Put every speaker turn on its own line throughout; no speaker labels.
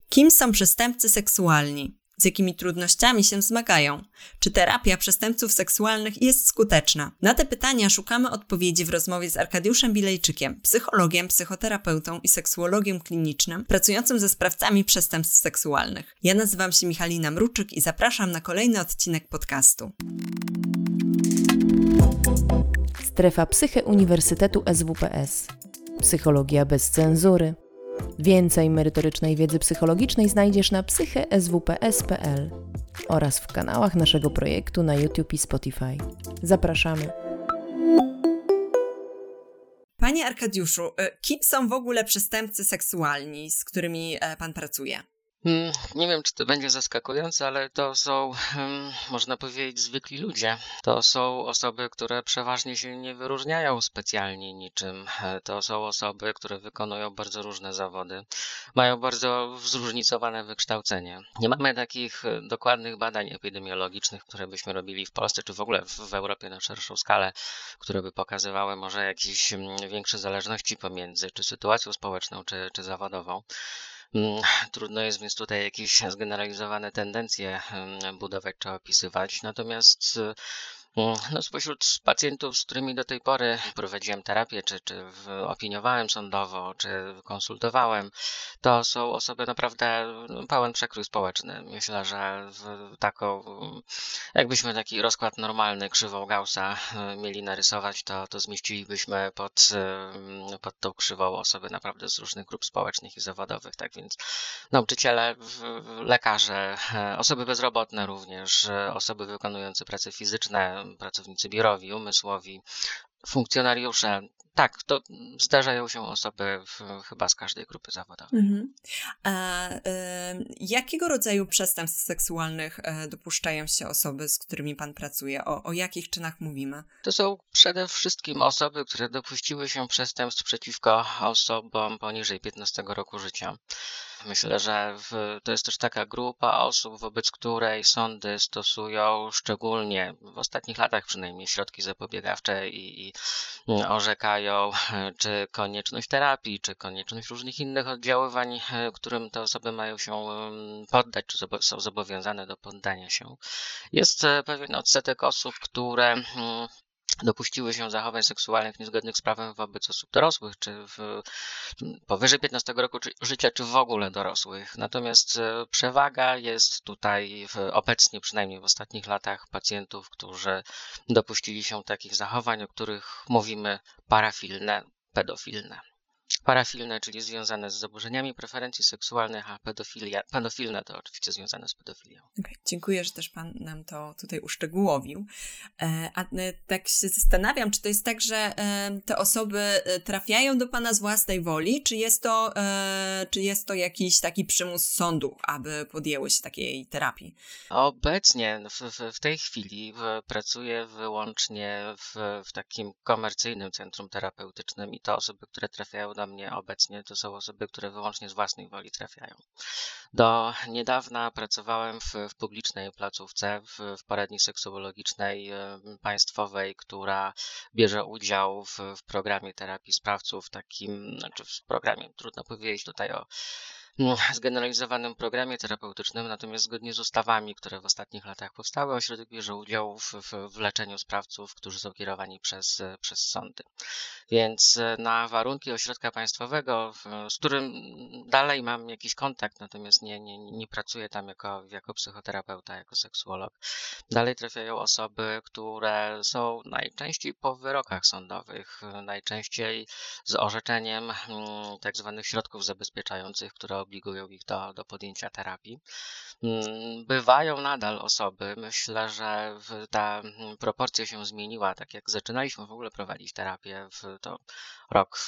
Kim są przestępcy seksualni? Z jakimi trudnościami się zmagają? Czy terapia przestępców seksualnych jest skuteczna? Na te pytania szukamy odpowiedzi w rozmowie z Arkadiuszem Bilejczykiem, psychologiem, psychoterapeutą i seksuologiem klinicznym, pracującym ze sprawcami przestępstw seksualnych. Ja nazywam się Michalina Mruczyk i zapraszam na kolejny odcinek podcastu.
Strefa Psyche Uniwersytetu SWPS. Psychologia bez cenzury. Więcej merytorycznej wiedzy psychologicznej znajdziesz na psycheswps.pl oraz w kanałach naszego projektu na YouTube i Spotify. Zapraszamy.
Panie Arkadiuszu, kim są w ogóle przestępcy seksualni, z którymi pan pracuje?
Nie wiem, czy to będzie zaskakujące, ale to są, można powiedzieć, zwykli ludzie. To są osoby, które przeważnie się nie wyróżniają specjalnie niczym. To są osoby, które wykonują bardzo różne zawody. Mają bardzo zróżnicowane wykształcenie. Nie mamy takich dokładnych badań epidemiologicznych, które byśmy robili w Polsce, czy w ogóle w Europie na szerszą skalę, które by pokazywały może jakieś większe zależności pomiędzy czy sytuacją społeczną, czy zawodową. Trudno jest więc tutaj jakieś zgeneralizowane tendencje budować czy opisywać, natomiast spośród pacjentów, z którymi do tej pory prowadziłem terapię, czy opiniowałem sądowo, czy konsultowałem, to są osoby naprawdę pełen przekrój społeczny. Myślę, że jakbyśmy taki rozkład normalny, krzywą Gaussa mieli narysować, to zmieścilibyśmy pod tą krzywą osoby naprawdę z różnych grup społecznych i zawodowych. Tak więc nauczyciele, lekarze, osoby bezrobotne również, osoby wykonujące prace fizyczne, pracownicy biurowi, umysłowi, funkcjonariusze. Tak, to zdarzają się osoby chyba z każdej grupy zawodowej.
Jakiego rodzaju przestępstw seksualnych dopuszczają się osoby, z którymi pan pracuje? O jakich czynach mówimy?
To są przede wszystkim osoby, które dopuściły się przestępstw przeciwko osobom poniżej 15 roku życia. Myślę, że to jest też taka grupa osób, wobec której sądy stosują szczególnie w ostatnich latach przynajmniej środki zapobiegawcze i orzekają, czy konieczność terapii, czy konieczność różnych innych oddziaływań, którym te osoby mają się poddać, czy są zobowiązane do poddania się. Jest pewien odsetek osób, które dopuściły się zachowań seksualnych niezgodnych z prawem wobec osób dorosłych, czy powyżej 15 roku życia, czy w ogóle dorosłych. Natomiast przewaga jest tutaj obecnie, przynajmniej w ostatnich latach, pacjentów, którzy dopuścili się takich zachowań, o których mówimy parafilne, pedofilne. Parafilne, czyli związane z zaburzeniami preferencji seksualnych, a pedofilne to oczywiście związane z pedofilią.
Okay, dziękuję, że też pan nam to tutaj uszczegółowił. A tak się zastanawiam, czy to jest tak, że te osoby trafiają do pana z własnej woli, czy jest to jakiś taki przymus sądu, aby podjęły się takiej terapii?
Obecnie, w tej chwili pracuję wyłącznie w takim komercyjnym centrum terapeutycznym i to osoby, które trafiają do mnie obecnie, to są osoby, które wyłącznie z własnej woli trafiają. Do niedawna pracowałem w publicznej placówce, w poradni seksuologicznej państwowej, która bierze udział w programie terapii sprawców, w programie, trudno powiedzieć tutaj o zgeneralizowanym programie terapeutycznym, natomiast zgodnie z ustawami, które w ostatnich latach powstały, ośrodek bierze udział w leczeniu sprawców, którzy są kierowani przez sądy. Więc na warunki ośrodka państwowego, z którym dalej mam jakiś kontakt, natomiast nie pracuję tam jako psychoterapeuta, jako seksuolog, dalej trafiają osoby, które są najczęściej po wyrokach sądowych, najczęściej z orzeczeniem tak zwanych środków zabezpieczających, które obligują ich do podjęcia terapii. Bywają nadal osoby, myślę, że ta proporcja się zmieniła, tak jak zaczynaliśmy w ogóle prowadzić terapię, to rok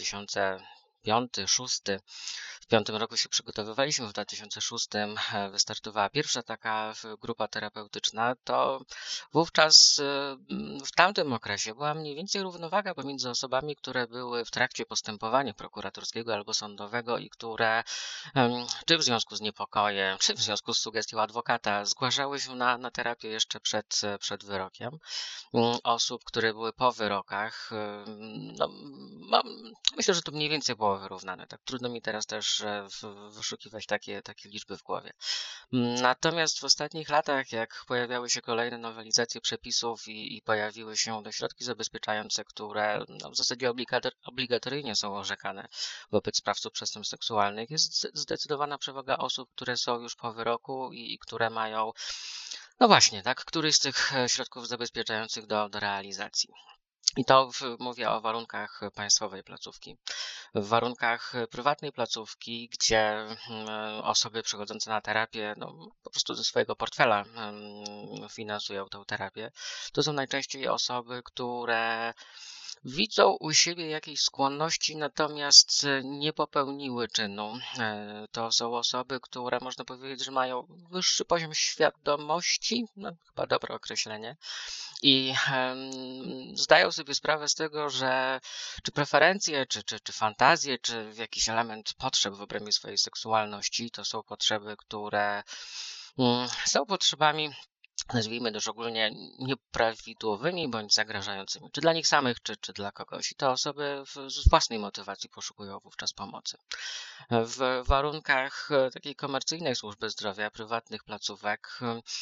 2005-2006. W 2005 roku się przygotowywaliśmy, w 2006 wystartowała pierwsza taka grupa terapeutyczna, to wówczas w tamtym okresie była mniej więcej równowaga pomiędzy osobami, które były w trakcie postępowania prokuratorskiego albo sądowego i które czy w związku z niepokojem, czy w związku z sugestią adwokata zgłaszały się na terapię jeszcze przed wyrokiem. Osób, które były po wyrokach, myślę, że to mniej więcej było zostało wyrównane. Tak trudno mi teraz też wyszukiwać takie liczby w głowie. Natomiast w ostatnich latach, jak pojawiały się kolejne nowelizacje przepisów i pojawiły się te środki zabezpieczające, które w zasadzie obligatoryjnie są orzekane wobec sprawców przestępstw seksualnych, jest zdecydowana przewaga osób, które są już po wyroku i które mają, no właśnie, tak, któryś z tych środków zabezpieczających do realizacji. I to mówię o warunkach państwowej placówki. W warunkach prywatnej placówki, gdzie osoby przychodzące na terapię po prostu ze swojego portfela finansują tę terapię, to są najczęściej osoby, które widzą u siebie jakieś skłonności, natomiast nie popełniły czynu. To są osoby, które można powiedzieć, że mają wyższy poziom świadomości, chyba dobre określenie, i zdają sobie sprawę z tego, że czy preferencje, czy fantazje, czy jakiś element potrzeb w obrębie swojej seksualności to są potrzeby, które są potrzebami, nazwijmy też ogólnie nieprawidłowymi bądź zagrażającymi, czy dla nich samych, czy dla kogoś. I te osoby z własnej motywacji poszukują wówczas pomocy. W warunkach takiej komercyjnej służby zdrowia, prywatnych placówek,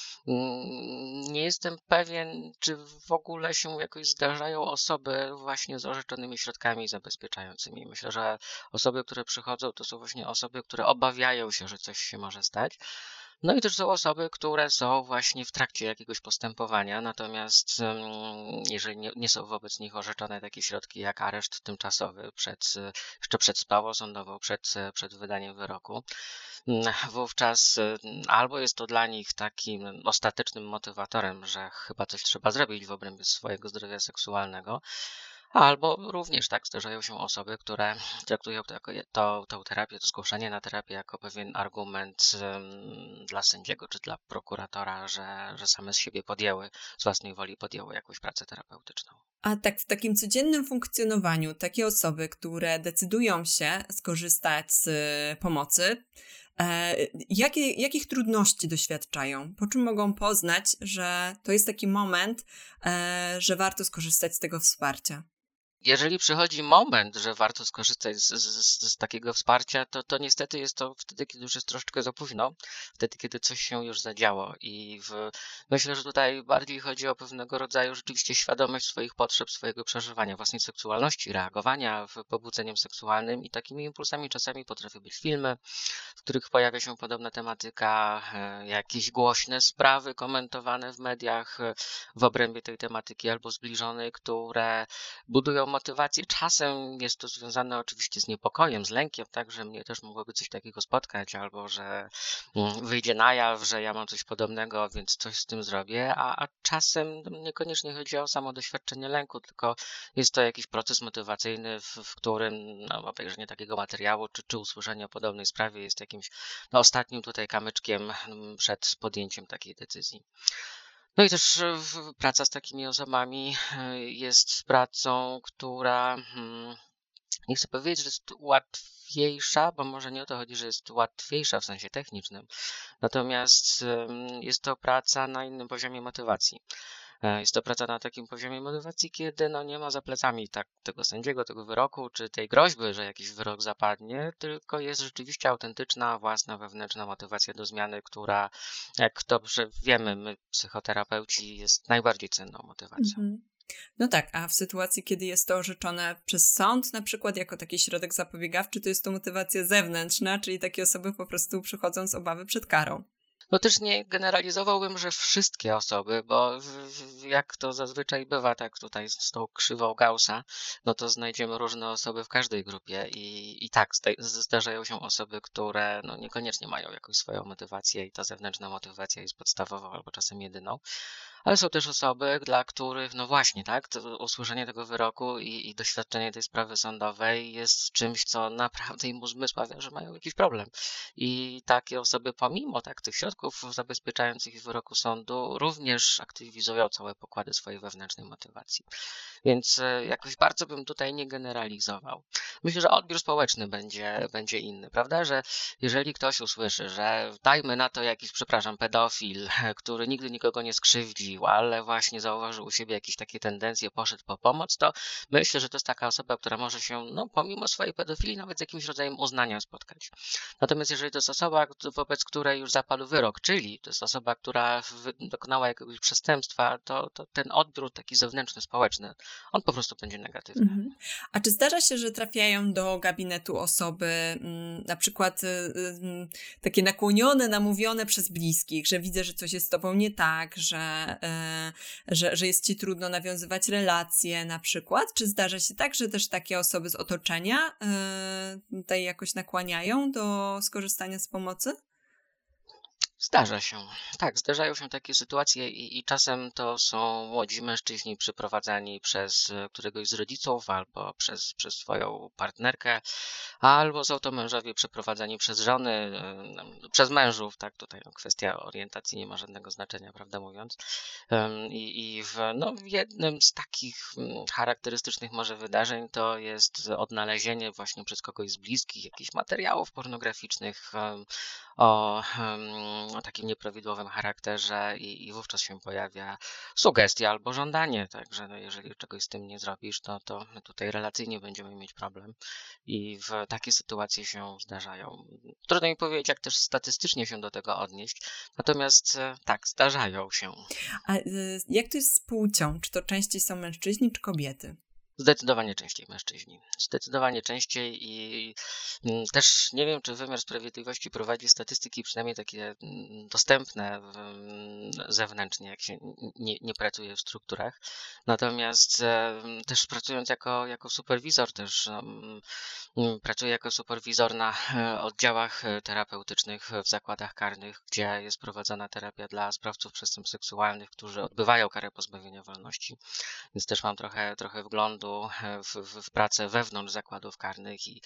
nie jestem pewien, czy w ogóle się jakoś zdarzają osoby właśnie z orzeczonymi środkami zabezpieczającymi. Myślę, że osoby, które przychodzą, to są właśnie osoby, które obawiają się, że coś się może stać. No i też są osoby, które są właśnie w trakcie jakiegoś postępowania, natomiast jeżeli nie są wobec nich orzeczone takie środki jak areszt tymczasowy jeszcze przed sprawą sądową, przed wydaniem wyroku, wówczas albo jest to dla nich takim ostatecznym motywatorem, że chyba coś trzeba zrobić w obrębie swojego zdrowia seksualnego, albo również tak zdarzają się osoby, które traktują tą terapię, to zgłoszenie na terapię jako pewien argument dla sędziego czy dla prokuratora, że same z siebie z własnej woli podjęły jakąś pracę terapeutyczną.
A tak w takim codziennym funkcjonowaniu takie osoby, które decydują się skorzystać z pomocy, jakich trudności doświadczają? Po czym mogą poznać, że to jest taki moment, że warto skorzystać z tego wsparcia?
Jeżeli przychodzi moment, że warto skorzystać z takiego wsparcia, to niestety jest to wtedy, kiedy już jest troszeczkę za późno, wtedy, kiedy coś się już zadziało i myślę, że tutaj bardziej chodzi o pewnego rodzaju rzeczywiście świadomość swoich potrzeb, swojego przeżywania, własnej seksualności, reagowania pobudzeniem seksualnym i takimi impulsami czasami potrafią być filmy, w których pojawia się podobna tematyka, jakieś głośne sprawy komentowane w mediach w obrębie tej tematyki albo zbliżone, które budują motywację. Czasem jest to związane oczywiście z niepokojem, z lękiem, tak, że mnie też mogłoby coś takiego spotkać, albo że wyjdzie na jaw, że ja mam coś podobnego, więc coś z tym zrobię, a czasem niekoniecznie chodzi o samo doświadczenie lęku, tylko jest to jakiś proces motywacyjny, w którym obejrzenie takiego materiału, czy usłyszenie o podobnej sprawie jest jakimś ostatnim tutaj kamyczkiem przed podjęciem takiej decyzji. No i też praca z takimi osobami jest pracą, która nie chcę powiedzieć, że jest łatwiejsza, bo może nie o to chodzi, że jest łatwiejsza w sensie technicznym, natomiast jest to praca na innym poziomie motywacji. Jest to praca na takim poziomie motywacji, kiedy nie ma za plecami tego sędziego, tego wyroku, czy tej groźby, że jakiś wyrok zapadnie, tylko jest rzeczywiście autentyczna, własna, wewnętrzna motywacja do zmiany, która, jak dobrze wiemy, my psychoterapeuci, jest najbardziej cenną motywacją.
Mhm. No tak, a w sytuacji, kiedy jest to orzeczone przez sąd, na przykład jako taki środek zapobiegawczy, to jest to motywacja zewnętrzna, czyli takie osoby po prostu przychodzą z obawy przed karą.
No też nie generalizowałbym, że wszystkie osoby, bo jak to zazwyczaj bywa, tak tutaj z tą krzywą Gaussa, to znajdziemy różne osoby w każdej grupie i tak zdarzają się osoby, które niekoniecznie mają jakąś swoją motywację i ta zewnętrzna motywacja jest podstawową albo czasem jedyną. Ale są też osoby, dla których, właśnie, tak, to usłyszenie tego wyroku i doświadczenie tej sprawy sądowej jest czymś, co naprawdę im uzmysławia, że mają jakiś problem. I takie osoby, pomimo tych środków środków zabezpieczających i wyroku sądu również aktywizują całe pokłady swojej wewnętrznej motywacji. Więc jakoś bardzo bym tutaj nie generalizował. Myślę, że odbiór społeczny będzie inny, prawda? Że jeżeli ktoś usłyszy, że dajmy na to jakiś, pedofil, który nigdy nikogo nie skrzywdził, ale właśnie zauważył u siebie jakieś takie tendencje, poszedł po pomoc, to myślę, że to jest taka osoba, która może się, pomimo swojej pedofilii, nawet z jakimś rodzajem uznania spotkać. Natomiast jeżeli to jest osoba, wobec której już zapadł wyrok, czyli to jest osoba, która dokonała jakiegoś przestępstwa, to ten odbiór taki zewnętrzny, społeczny, on po prostu będzie negatywny.
Mhm. A czy zdarza się, że trafiają do gabinetu osoby na przykład takie nakłonione, namówione przez bliskich, że widzę, że coś jest z tobą nie tak, że jest ci trudno nawiązywać relacje na przykład? Czy zdarza się tak, że też takie osoby z otoczenia tutaj jakoś nakłaniają do skorzystania z pomocy?
Zdarza się. Tak, zdarzają się takie sytuacje i czasem to są młodzi mężczyźni przyprowadzani przez któregoś z rodziców albo przez swoją partnerkę, albo są to mężowie przeprowadzani przez żony, przez mężów, tak, tutaj kwestia orientacji nie ma żadnego znaczenia, prawda mówiąc. W jednym z takich charakterystycznych może wydarzeń to jest odnalezienie właśnie przez kogoś z bliskich jakichś materiałów pornograficznych o takim nieprawidłowym charakterze i wówczas się pojawia sugestia albo żądanie, także jeżeli czegoś z tym nie zrobisz, to my tutaj relacyjnie będziemy mieć problem i takie sytuacje się zdarzają. Trudno mi powiedzieć, jak też statystycznie się do tego odnieść, natomiast tak, zdarzają się.
A jak to jest z płcią? Czy to częściej są mężczyźni, czy kobiety?
Zdecydowanie częściej mężczyźni. Zdecydowanie częściej i też nie wiem, czy wymiar sprawiedliwości prowadzi statystyki, przynajmniej takie dostępne zewnętrznie, jak się nie pracuje w strukturach. Natomiast też pracując jako superwizor, też pracuję jako superwizor na oddziałach terapeutycznych w zakładach karnych, gdzie jest prowadzona terapia dla sprawców przestępstw seksualnych, którzy odbywają karę pozbawienia wolności. Więc też mam trochę wglądu w pracę wewnątrz zakładów karnych i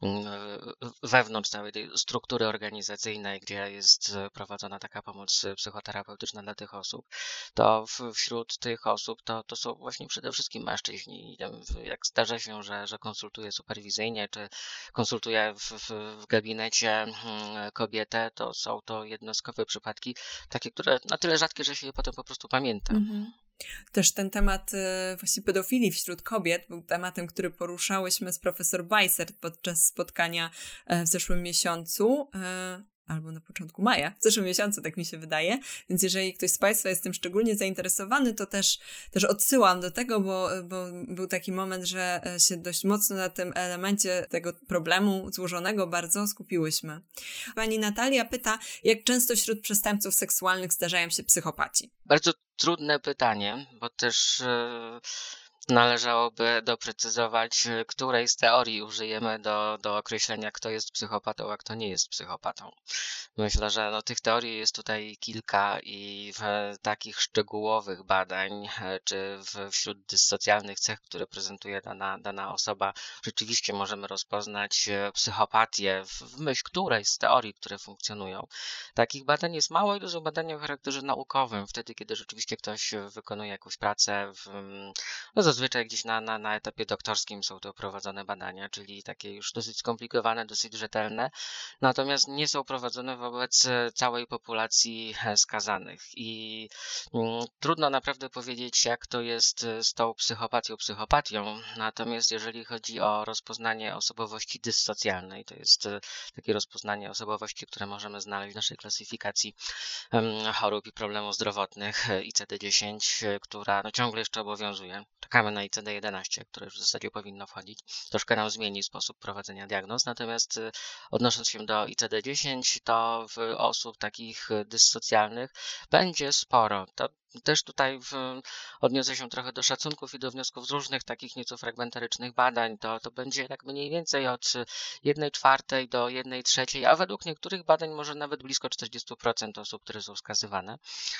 wewnątrz całej tej struktury organizacyjnej, gdzie jest prowadzona taka pomoc psychoterapeutyczna dla tych osób, to wśród tych osób to są właśnie przede wszystkim mężczyźni. Jak zdarza się, że konsultuję superwizyjnie, czy konsultuję w gabinecie kobietę, to są to jednostkowe przypadki, takie, które na tyle rzadkie, że się je potem po prostu pamięta.
Mhm. Też ten temat właśnie pedofilii wśród kobiet był tematem, który poruszałyśmy z profesor Weissert podczas spotkania w zeszłym miesiącu, albo na początku maja, w zeszłym miesiącu, tak mi się wydaje. Więc jeżeli ktoś z Państwa jest tym szczególnie zainteresowany, to też odsyłam do tego, bo był taki moment, że się dość mocno na tym elemencie tego problemu złożonego bardzo skupiłyśmy. Pani Natalia pyta, jak często wśród przestępców seksualnych zdarzają się psychopaci?
Bardzo trudne pytanie, bo też należałoby doprecyzować, której z teorii użyjemy do określenia, kto jest psychopatą, a kto nie jest psychopatą. Myślę, że tych teorii jest tutaj kilka i w takich szczegółowych badań, czy wśród dyssocjalnych cech, które prezentuje dana osoba, rzeczywiście możemy rozpoznać psychopatię, w myśl której z teorii, które funkcjonują. Takich badań jest mało i to są badania o charakterze naukowym, wtedy, kiedy rzeczywiście ktoś wykonuje jakąś pracę zazwyczaj gdzieś na etapie doktorskim są to prowadzone badania, czyli takie już dosyć skomplikowane, dosyć rzetelne, natomiast nie są prowadzone wobec całej populacji skazanych i trudno naprawdę powiedzieć, jak to jest z tą psychopatią, natomiast jeżeli chodzi o rozpoznanie osobowości dyssocjalnej, to jest takie rozpoznanie osobowości, które możemy znaleźć w naszej klasyfikacji chorób i problemów zdrowotnych ICD-10, która ciągle jeszcze obowiązuje. Czekamy na ICD-11, które już w zasadzie powinno wchodzić. Troszkę nam zmieni sposób prowadzenia diagnoz, natomiast odnosząc się do ICD-10, to w osób takich dyssocjalnych będzie sporo. To też tutaj odniosę się trochę do szacunków i do wniosków z różnych takich nieco fragmentarycznych badań. To będzie tak mniej więcej od 1/4 do 1/3, a według niektórych badań może nawet blisko 40% osób, które są wskazywane.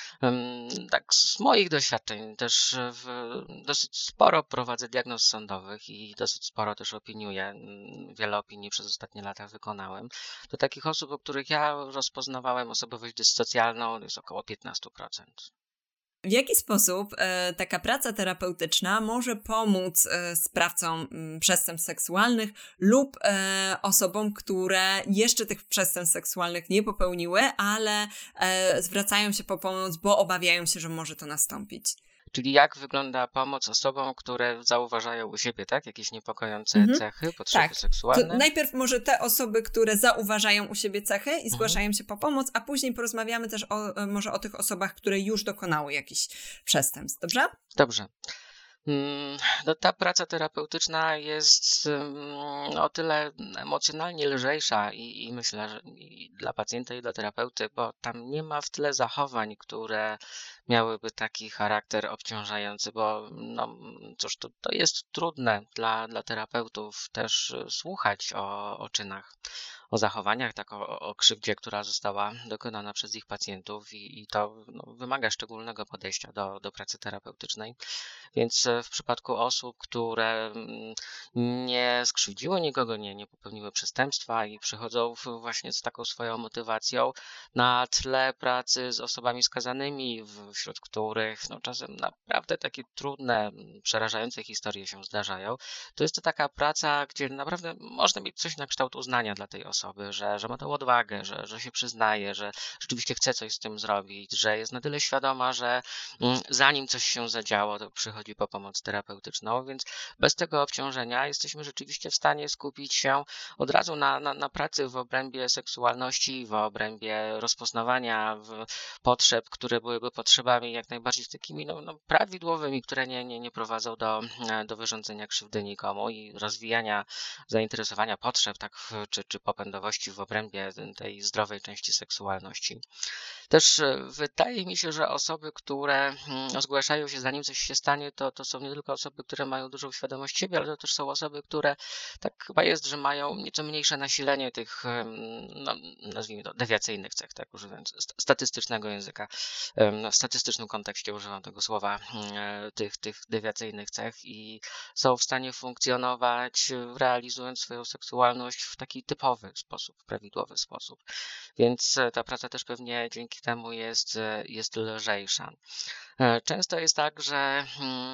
Tak z moich doświadczeń też dosyć sporo prowadzę diagnoz sądowych i dosyć sporo też opiniuję. Wiele opinii przez ostatnie lata wykonałem. Do takich osób, o których ja rozpoznawałem osobowość dyssocjalną, jest około 15%.
W jaki sposób taka praca terapeutyczna może pomóc sprawcom przestępstw seksualnych lub osobom, które jeszcze tych przestępstw seksualnych nie popełniły, ale zwracają się po pomoc, bo obawiają się, że może to nastąpić?
Czyli jak wygląda pomoc osobom, które zauważają u siebie, tak? Jakieś niepokojące cechy, potrzeby seksualne?
To najpierw może te osoby, które zauważają u siebie cechy i zgłaszają się po pomoc, a później porozmawiamy też może o tych osobach, które już dokonały jakichś przestępstw. Dobrze?
Dobrze. No, ta praca terapeutyczna jest o tyle emocjonalnie lżejsza i myślę, że i dla pacjenta i dla terapeuty, bo tam nie ma w tle zachowań, które miałyby taki charakter obciążający, bo no cóż, to jest trudne dla terapeutów też słuchać o czynach, o zachowaniach, tak o krzywdzie, która została dokonana przez ich pacjentów i to wymaga szczególnego podejścia do pracy terapeutycznej. Więc w przypadku osób, które nie skrzywdziły nikogo, nie popełniły przestępstwa i przychodzą właśnie z taką swoją motywacją na tle pracy z osobami skazanymi, wśród których czasem naprawdę takie trudne, przerażające historie się zdarzają, to jest to taka praca, gdzie naprawdę można mieć coś na kształt uznania dla tej osoby, że ma tą odwagę, że się przyznaje, że rzeczywiście chce coś z tym zrobić, że jest na tyle świadoma, że zanim coś się zadziało, to przychodzi po pomoc terapeutyczną, więc bez tego obciążenia jesteśmy rzeczywiście w stanie skupić się od razu na pracy w obrębie seksualności, w obrębie rozpoznawania potrzeb, które byłyby potrzebami jak najbardziej takimi prawidłowymi, które nie prowadzą do wyrządzenia krzywdy nikomu i rozwijania zainteresowania potrzeb, tak, czy popędowości w obrębie tej zdrowej części seksualności. Też wydaje mi się, że osoby, które zgłaszają się zanim coś się stanie, to są nie tylko osoby, które mają dużą świadomość siebie, ale to też są osoby, które tak chyba jest, że mają nieco mniejsze nasilenie tych, nazwijmy to, dewiacyjnych cech, tak używając statystycznego języka. W statystycznym kontekście używam tego słowa, tych dewiacyjnych cech i są w stanie funkcjonować, realizując swoją seksualność w taki typowy sposób, prawidłowy sposób. Więc ta praca też pewnie dzięki temu jest lżejsza. Często jest tak, że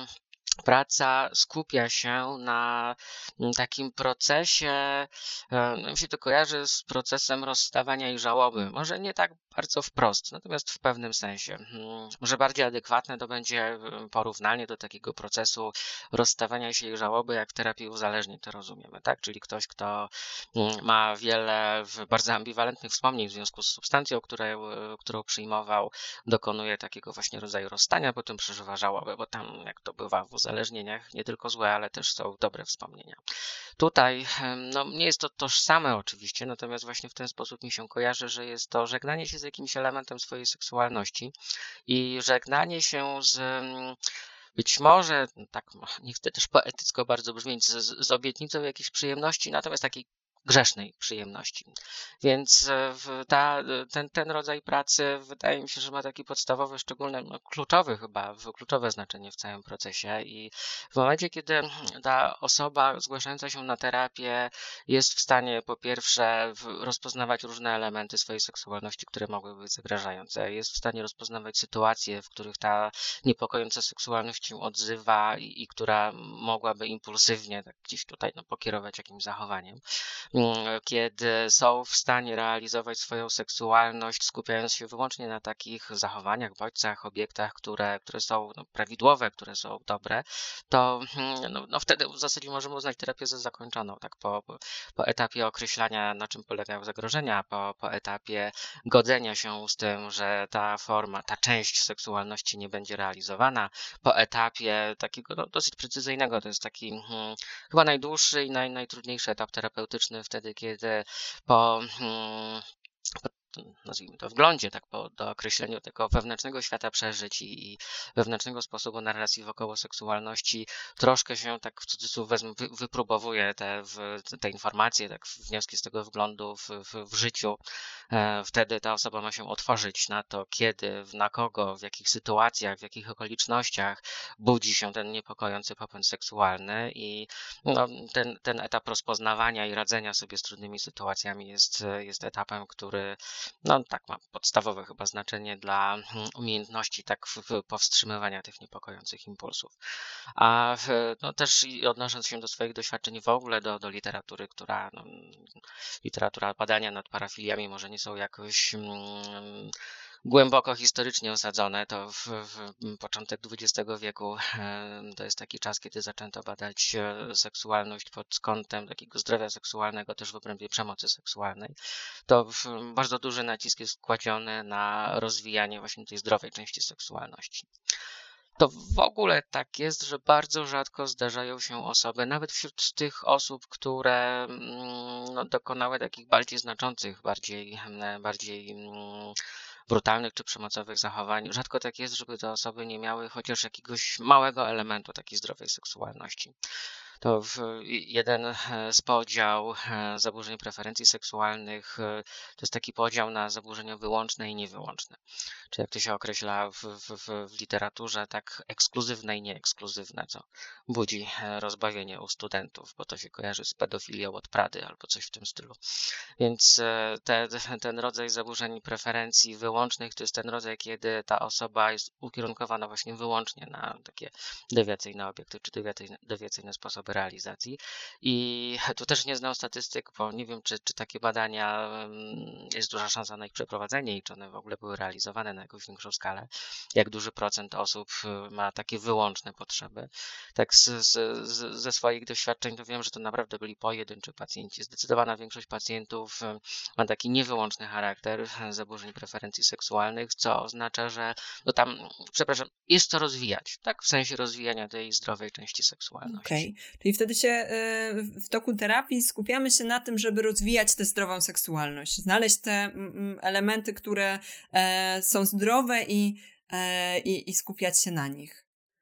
praca skupia się na takim procesie, mi się to kojarzy z procesem rozstawania i żałoby. Może nie tak bardzo wprost, natomiast w pewnym sensie. Może bardziej adekwatne to będzie porównanie do takiego procesu rozstawania się i żałoby, jak w terapii uzależnień to rozumiemy, tak? Czyli ktoś, kto ma wiele bardzo ambiwalentnych wspomnień w związku z substancją, którą przyjmował, dokonuje takiego właśnie rodzaju rozstania, potem przeżywa żałobę, bo tam, jak to bywa w uzależnieniach, nie tylko złe, ale też są dobre wspomnienia. Tutaj nie jest to tożsame oczywiście, natomiast właśnie w ten sposób mi się kojarzy, że jest to żegnanie się z jakimś elementem swojej seksualności i żegnanie się z być może, tak nie chcę też poetycko bardzo brzmieć, z obietnicą jakiejś przyjemności, natomiast takiej grzesznej przyjemności. Więc ten rodzaj pracy wydaje mi się, że ma taki podstawowy, szczególny, kluczowe znaczenie w całym procesie i w momencie, kiedy ta osoba zgłaszająca się na terapię jest w stanie po pierwsze rozpoznawać różne elementy swojej seksualności, które mogłyby być zagrażające, jest w stanie rozpoznawać sytuacje, w których ta niepokojąca seksualność się odzywa i która mogłaby impulsywnie tak gdzieś tutaj pokierować jakimś zachowaniem. Kiedy są w stanie realizować swoją seksualność, skupiając się wyłącznie na takich zachowaniach, bodźcach, obiektach, które są prawidłowe, które są dobre, to wtedy w zasadzie możemy uznać terapię za zakończoną, tak po etapie określania, na czym polegają zagrożenia, po etapie godzenia się z tym, że ta część seksualności nie będzie realizowana, po etapie takiego dosyć precyzyjnego, to jest taki chyba najdłuższy i najtrudniejszy etap terapeutyczny, wtedy kiedy po nazwijmy to, wglądzie, tak do określenia tego wewnętrznego świata przeżyć i wewnętrznego sposobu narracji wokoło seksualności, troszkę się, tak w cudzysłów wezmę, wypróbowuje te informacje, tak wnioski z tego wglądu w życiu. Wtedy ta osoba ma się otworzyć na to, kiedy, na kogo, w jakich sytuacjach, w jakich okolicznościach budzi się ten niepokojący popęd seksualny i ten etap rozpoznawania i radzenia sobie z trudnymi sytuacjami jest etapem, który tak ma podstawowe chyba znaczenie dla umiejętności tak powstrzymywania tych niepokojących impulsów. A też odnosząc się do swoich doświadczeń w ogóle do literatury, literatura badania nad parafiliami może nie są jakoś głęboko historycznie osadzone, to w początek XX wieku to jest taki czas, kiedy zaczęto badać seksualność pod kątem takiego zdrowia seksualnego, też w obrębie przemocy seksualnej. To bardzo duży nacisk jest kładziony na rozwijanie właśnie tej zdrowej części seksualności. To w ogóle tak jest, że bardzo rzadko zdarzają się osoby, nawet wśród tych osób, które dokonały takich bardziej znaczących, bardziej brutalnych czy przemocowych zachowań. Rzadko tak jest, żeby te osoby nie miały chociaż jakiegoś małego elementu takiej zdrowej seksualności. To jeden z podział zaburzeń preferencji seksualnych to jest taki podział na zaburzenia wyłączne i niewyłączne. Czy jak to się określa w literaturze, tak ekskluzywne i nieekskluzywne, co budzi rozbawienie u studentów, bo to się kojarzy z pedofilią od Prady albo coś w tym stylu. Więc ten rodzaj zaburzeń preferencji wyłącznych to jest ten rodzaj, kiedy ta osoba jest ukierunkowana właśnie wyłącznie na takie dewiacyjne obiekty czy dewiacyjne sposoby realizacji. I tu też nie znam statystyk, bo nie wiem, czy takie badania, jest duża szansa na ich przeprowadzenie i czy one w ogóle były realizowane na jakąś większą skalę. Jak duży procent osób ma takie wyłączne potrzeby. Tak ze swoich doświadczeń to wiem, że to naprawdę byli pojedynczy pacjenci. Zdecydowana większość pacjentów ma taki niewyłączny charakter zaburzeń preferencji seksualnych, co oznacza, że jest co rozwijać, tak? W sensie rozwijania tej zdrowej części seksualności.
Okej. Czyli wtedy się w toku terapii skupiamy się na tym, żeby rozwijać tę zdrową seksualność, znaleźć te elementy, które są zdrowe i skupiać się na nich.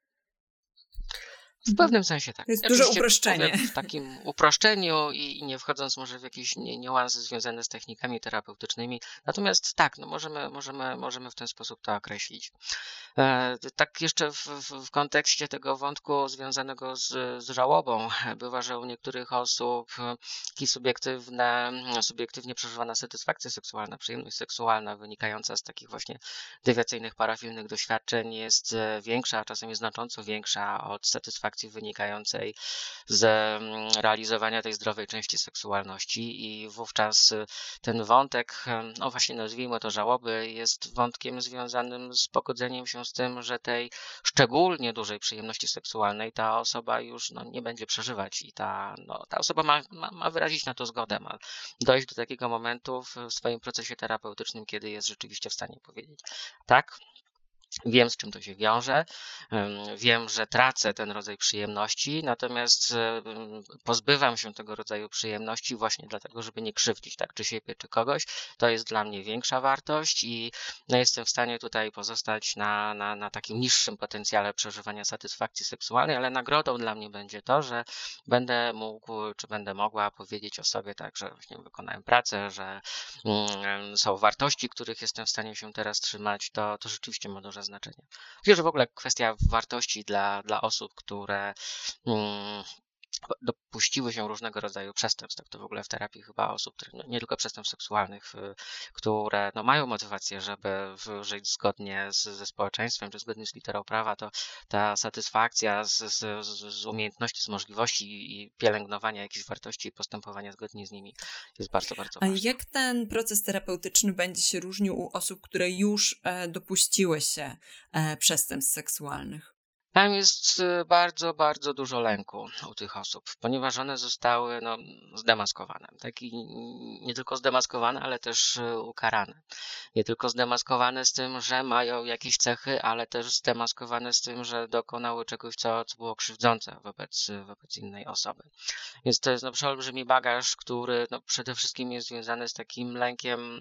W pewnym sensie tak.
To jest duże uproszczenie.
W takim uproszczeniu i nie wchodząc może w jakieś niuanse związane z technikami terapeutycznymi. Natomiast tak, możemy w ten sposób to określić. Tak jeszcze w kontekście tego wątku związanego z żałobą, bywa, że u niektórych osób subiektywnie przeżywana satysfakcja seksualna, przyjemność seksualna wynikająca z takich właśnie dewiacyjnych, parafilnych doświadczeń jest większa, a czasem jest znacząco większa od satysfakcji wynikającej z realizowania tej zdrowej części seksualności i wówczas ten wątek, właśnie nazwijmy to żałoby, jest wątkiem związanym z pogodzeniem się z tym, że tej szczególnie dużej przyjemności seksualnej ta osoba już nie będzie przeżywać i ta osoba ma wyrazić na to zgodę, ma dojść do takiego momentu w swoim procesie terapeutycznym, kiedy jest rzeczywiście w stanie powiedzieć tak. Wiem, z czym to się wiąże, wiem, że tracę ten rodzaj przyjemności, natomiast pozbywam się tego rodzaju przyjemności właśnie dlatego, żeby nie krzywdzić tak czy siebie, czy kogoś. To jest dla mnie większa wartość i jestem w stanie tutaj pozostać na takim niższym potencjale przeżywania satysfakcji seksualnej, ale nagrodą dla mnie będzie to, że będę mógł, czy będę mogła powiedzieć o sobie tak, że właśnie wykonałem pracę, że są wartości, których jestem w stanie się teraz trzymać, to rzeczywiście ma duże znaczenie. Myślę, że w ogóle kwestia wartości dla osób, które dopuściły się różnego rodzaju przestępstw, tak to w ogóle w terapii chyba osób, które, nie tylko przestępstw seksualnych, które mają motywację, żeby żyć zgodnie ze społeczeństwem, czy zgodnie z literą prawa, to ta satysfakcja z umiejętności, z możliwości i pielęgnowania jakichś wartości i postępowania zgodnie z nimi jest bardzo, bardzo ważna.
A jak ten proces terapeutyczny będzie się różnił u osób, które już dopuściły się przestępstw seksualnych?
Tam jest bardzo, bardzo dużo lęku u tych osób, ponieważ one zostały zdemaskowane. Nie tylko zdemaskowane, ale też ukarane. Nie tylko zdemaskowane z tym, że mają jakieś cechy, ale też zdemaskowane z tym, że dokonały czegoś, co było krzywdzące wobec innej osoby. Więc to jest przeolbrzymi bagaż, który przede wszystkim jest związany z takim lękiem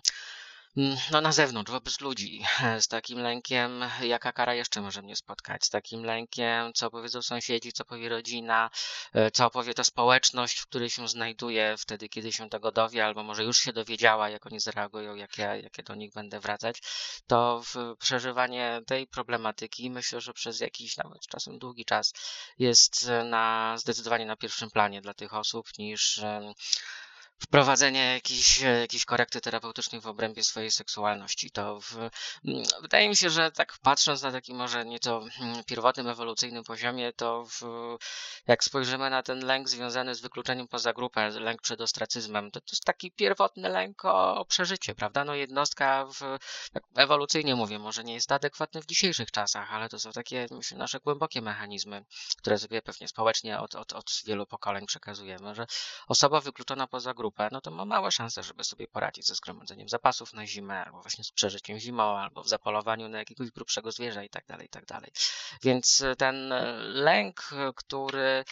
na zewnątrz, wobec ludzi, z takim lękiem, jaka kara jeszcze może mnie spotkać, z takim lękiem, co powiedzą sąsiedzi, co powie rodzina, co powie ta społeczność, w której się znajduje wtedy, kiedy się tego dowie, albo może już się dowiedziała, jak oni zareagują, jak ja do nich będę wracać, to przeżywanie tej problematyki, myślę, że przez jakiś nawet czasem długi czas jest zdecydowanie na pierwszym planie dla tych osób niż wprowadzenie jakiejś korekty terapeutycznej w obrębie swojej seksualności. Wydaje mi się, że tak patrząc na takim może nieco pierwotnym, ewolucyjnym poziomie, to jak spojrzymy na ten lęk związany z wykluczeniem poza grupę, lęk przed ostracyzmem, to jest taki pierwotny lęk o przeżycie, prawda? Jednostka, tak ewolucyjnie mówię, może nie jest adekwatny w dzisiejszych czasach, ale to są takie, myślę, nasze głębokie mechanizmy, które sobie pewnie społecznie od wielu pokoleń przekazujemy, że osoba wykluczona poza grupę, to ma małe szanse, żeby sobie poradzić ze zgromadzeniem zapasów na zimę, albo właśnie z przeżyciem zimą, albo w zapolowaniu na jakiegoś grubszego zwierza i tak dalej, i tak dalej. Więc ten lęk, który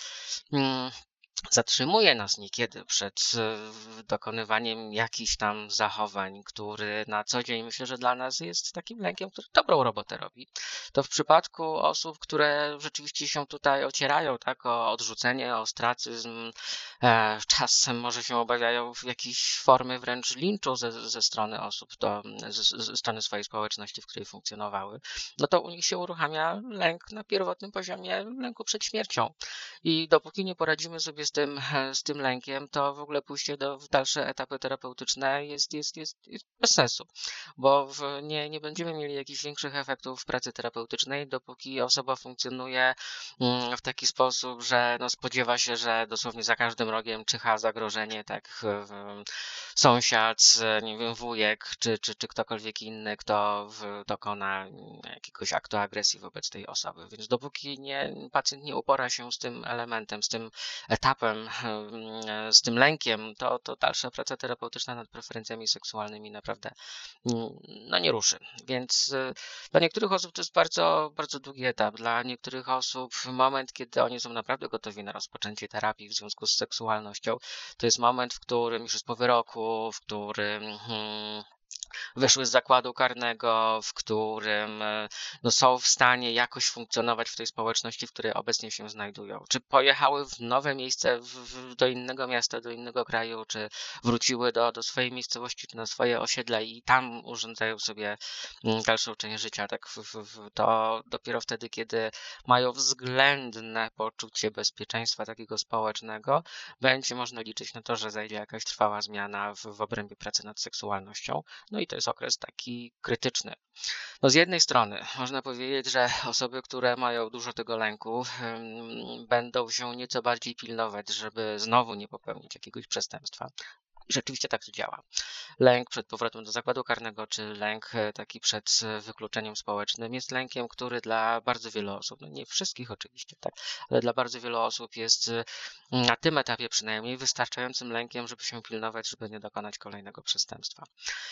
zatrzymuje nas niekiedy przed dokonywaniem jakichś tam zachowań, który na co dzień myślę, że dla nas jest takim lękiem, który dobrą robotę robi. To w przypadku osób, które rzeczywiście się tutaj ocierają, tak, o odrzucenie, o ostracyzm, czasem może się obawiają w jakiejś formy wręcz linczu ze strony osób, ze strony swojej społeczności, w której funkcjonowały, to u nich się uruchamia lęk na pierwotnym poziomie lęku przed śmiercią. I dopóki nie poradzimy sobie z tym lękiem, to w ogóle pójście w dalsze etapy terapeutyczne jest bez sensu, bo nie będziemy mieli jakichś większych efektów w pracy terapeutycznej, dopóki osoba funkcjonuje w taki sposób, że spodziewa się, że dosłownie za każdym rogiem czyha zagrożenie, tak, sąsiad, nie wiem, wujek, czy ktokolwiek inny, kto dokona jakiegoś aktu agresji wobec tej osoby. Więc dopóki pacjent nie upora się z tym elementem, z tym etapem, z tym lękiem, to dalsza praca terapeutyczna nad preferencjami seksualnymi naprawdę nie ruszy. Więc dla niektórych osób to jest bardzo, bardzo długi etap. Dla niektórych osób moment, kiedy oni są naprawdę gotowi na rozpoczęcie terapii w związku z seksualnością, to jest moment, w którym już jest po wyroku, w którym wyszły z zakładu karnego, w którym są w stanie jakoś funkcjonować w tej społeczności, w której obecnie się znajdują. Czy pojechały w nowe miejsce, do innego miasta, do innego kraju, czy wróciły do swojej miejscowości, czy na swoje osiedle i tam urządzają sobie dalszą część życia. Tak, to dopiero wtedy, kiedy mają względne poczucie bezpieczeństwa takiego społecznego, będzie można liczyć na to, że zajdzie jakaś trwała zmiana w obrębie pracy nad seksualnością. I to jest okres taki krytyczny. Z jednej strony można powiedzieć, że osoby, które mają dużo tego lęku, będą się nieco bardziej pilnować, żeby znowu nie popełnić jakiegoś przestępstwa. I rzeczywiście tak to działa. Lęk przed powrotem do zakładu karnego, czy lęk taki przed wykluczeniem społecznym jest lękiem, który dla bardzo wielu osób, nie wszystkich oczywiście, tak, ale dla bardzo wielu osób jest na tym etapie przynajmniej wystarczającym lękiem, żeby się pilnować, żeby nie dokonać kolejnego przestępstwa.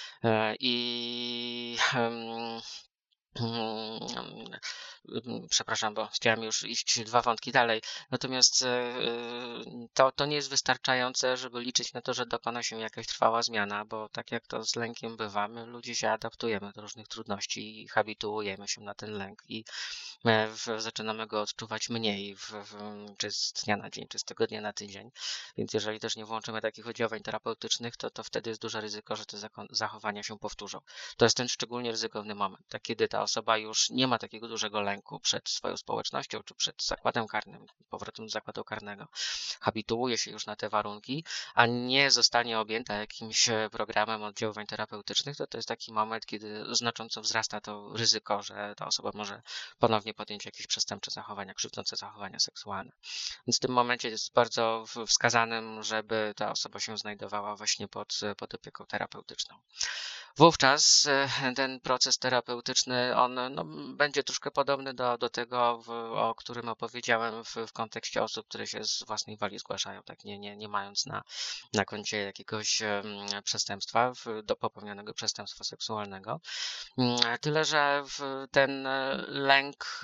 Przepraszam, bo chciałem już iść 2 wątki dalej. Natomiast to nie jest wystarczające, żeby liczyć na to, że dokona się jakaś trwała zmiana, bo tak jak to z lękiem bywa, my ludzie się adaptujemy do różnych trudności i habituujemy się na ten lęk i zaczynamy go odczuwać mniej, czy z dnia na dzień, czy z tygodnia na tydzień. Więc jeżeli też nie włączymy takich oddziaływań terapeutycznych, to wtedy jest duże ryzyko, że te zachowania się powtórzą. To jest ten szczególnie ryzykowny moment, tak, kiedy ta osoba już nie ma takiego dużego lęku przed swoją społecznością, czy przed zakładem karnym, powrotem do zakładu karnego. Habituuje się już na te warunki, a nie zostanie objęta jakimś programem oddziaływań terapeutycznych, to jest taki moment, kiedy znacząco wzrasta to ryzyko, że ta osoba może ponownie podjąć jakieś przestępcze zachowania, krzywdzące zachowania seksualne. Więc w tym momencie jest bardzo wskazanym, żeby ta osoba się znajdowała właśnie pod opieką terapeutyczną. Wówczas ten proces terapeutyczny on będzie troszkę podobny do tego, o którym opowiedziałem w kontekście osób, które się z własnej woli zgłaszają, tak nie mając na koncie jakiegoś przestępstwa, do popełnionego przestępstwa seksualnego. Tyle, że ten lęk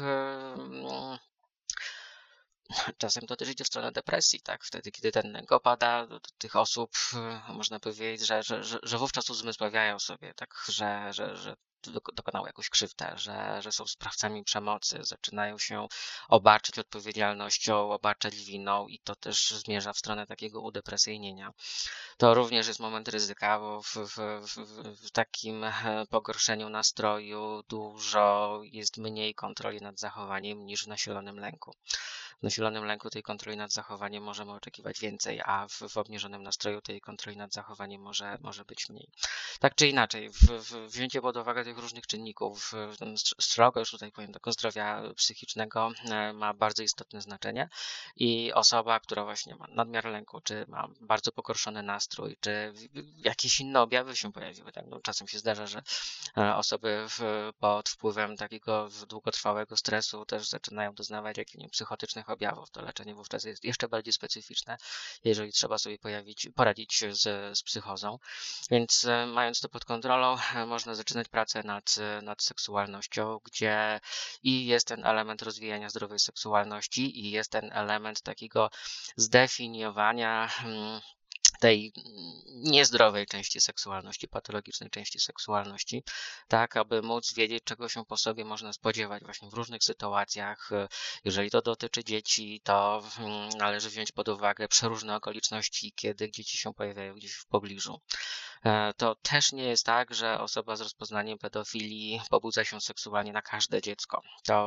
czasem to też idzie w stronę depresji, tak? Wtedy, kiedy ten lęk opada, do tych osób można powiedzieć, że wówczas uzmysławiają sobie, tak, że dokonały jakąś krzywdę, że są sprawcami przemocy, zaczynają się obarczać odpowiedzialnością, obarczać winą i to też zmierza w stronę takiego udepresyjnienia. To również jest moment ryzyka, bo w takim pogorszeniu nastroju dużo jest mniej kontroli nad zachowaniem niż w nasilonym lęku. W nasilonym lęku tej kontroli nad zachowaniem możemy oczekiwać więcej, a w obniżonym nastroju tej kontroli nad zachowaniem może być mniej. Tak czy inaczej, wzięcie pod uwagę tych różnych czynników, strogo już tutaj powiem, tego zdrowia psychicznego ma bardzo istotne znaczenie i osoba, która właśnie ma nadmiar lęku, czy ma bardzo pogorszony nastrój, czy jakieś inne objawy się pojawiły. Tak? No, czasem się zdarza, że osoby pod wpływem takiego długotrwałego stresu też zaczynają doznawać jakichś psychotycznych objawów. To leczenie wówczas jest jeszcze bardziej specyficzne, jeżeli trzeba sobie poradzić z psychozą. Więc mając to pod kontrolą, można zaczynać pracę nad seksualnością, gdzie i jest ten element rozwijania zdrowej seksualności i jest ten element takiego zdefiniowania tej niezdrowej części seksualności, patologicznej części seksualności, tak aby móc wiedzieć, czego się po sobie można spodziewać właśnie w różnych sytuacjach. Jeżeli to dotyczy dzieci, to należy wziąć pod uwagę przeróżne okoliczności, kiedy dzieci się pojawiają gdzieś w pobliżu. To też nie jest tak, że osoba z rozpoznaniem pedofilii pobudza się seksualnie na każde dziecko. To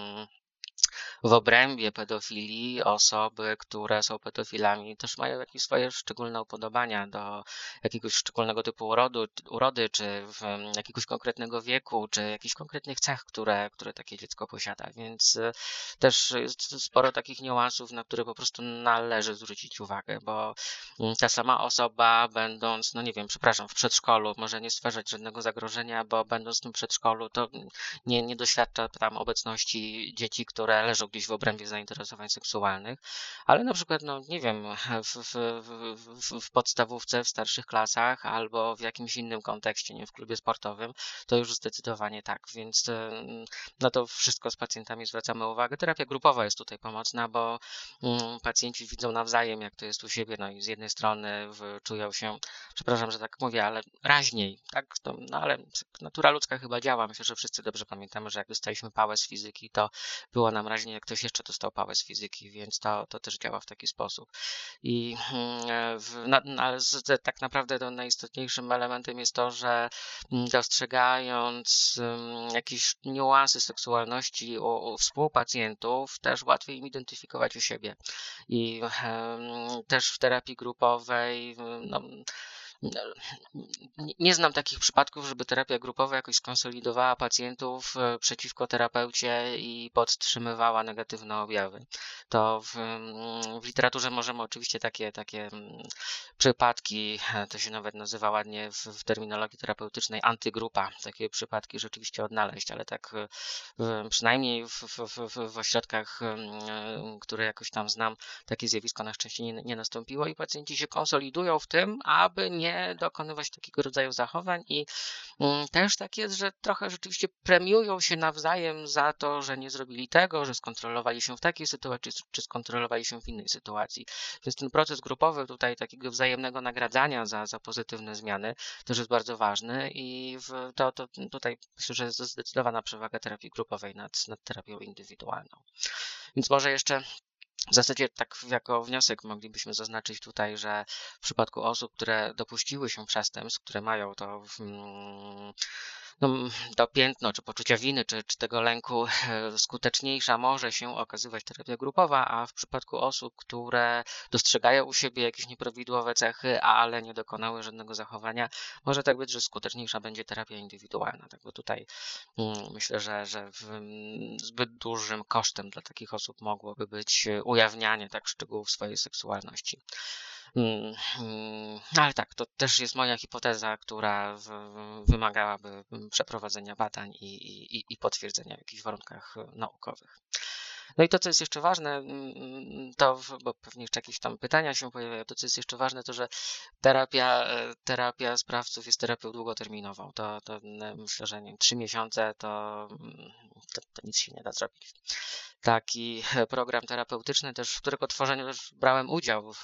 w obrębie pedofilii osoby, które są pedofilami, też mają jakieś swoje szczególne upodobania do jakiegoś szczególnego typu urody, czy jakiegoś konkretnego wieku, czy jakichś konkretnych cech, które takie dziecko posiada. Więc też jest sporo takich niuansów, na które po prostu należy zwrócić uwagę, bo ta sama osoba, będąc, w przedszkolu, może nie stwarzać żadnego zagrożenia, bo będąc w tym przedszkolu, to nie doświadcza tam obecności dzieci, które leżą gdzieś w obrębie zainteresowań seksualnych, ale na przykład, w podstawówce, w starszych klasach albo w jakimś innym kontekście, nie w klubie sportowym, to już zdecydowanie tak, więc na to wszystko z pacjentami zwracamy uwagę. Terapia grupowa jest tutaj pomocna, bo pacjenci widzą nawzajem, jak to jest u siebie, no i z jednej strony czują się, przepraszam, że tak mówię, ale raźniej, tak, ale natura ludzka chyba działa. Myślę, że wszyscy dobrze pamiętamy, że jak dostaliśmy pałę z fizyki, to było nam raźniej, jak ktoś jeszcze dostał pałę z fizyki, więc to też działa w taki sposób. Ale tak naprawdę to najistotniejszym elementem jest to, że dostrzegając jakieś niuanse seksualności u współpacjentów, też łatwiej im identyfikować u siebie. I też w terapii grupowej nie znam takich przypadków, żeby terapia grupowa jakoś skonsolidowała pacjentów przeciwko terapeucie i podtrzymywała negatywne objawy. To w literaturze możemy oczywiście takie przypadki, to się nawet nazywa ładnie w terminologii terapeutycznej antygrupa, takie przypadki rzeczywiście odnaleźć, ale tak przynajmniej w ośrodkach, które jakoś tam znam, takie zjawisko na szczęście nie nastąpiło i pacjenci się konsolidują w tym, aby nie dokonywać takiego rodzaju zachowań i też tak jest, że trochę rzeczywiście premiują się nawzajem za to, że nie zrobili tego, że skontrolowali się w takiej sytuacji, czy skontrolowali się w innej sytuacji. Więc ten proces grupowy tutaj takiego wzajemnego nagradzania za pozytywne zmiany też jest bardzo ważny i to tutaj myślę, że jest zdecydowana przewaga terapii grupowej nad terapią indywidualną. Więc może jeszcze w zasadzie tak jako wniosek moglibyśmy zaznaczyć tutaj, że w przypadku osób, które dopuściły się przestępstw, które mają to piętno, czy poczucia winy, czy tego lęku, skuteczniejsza może się okazywać terapia grupowa, a w przypadku osób, które dostrzegają u siebie jakieś nieprawidłowe cechy, ale nie dokonały żadnego zachowania, może tak być, że skuteczniejsza będzie terapia indywidualna. Tak, bo tutaj myślę, że zbyt dużym kosztem dla takich osób mogłoby być ujawnianie tak szczegółów swojej seksualności. Ale tak, to też jest moja hipoteza, która wymagałaby przeprowadzenia badań i potwierdzenia w jakichś warunkach naukowych. No i to, co jest jeszcze ważne, bo pewnie jeszcze jakieś tam pytania się pojawiają, to, co jest jeszcze ważne, to, że terapia sprawców jest terapią długoterminową. To myślę, że 3 miesiące to nic się nie da zrobić. Taki program terapeutyczny też, w którego tworzeniu też brałem udział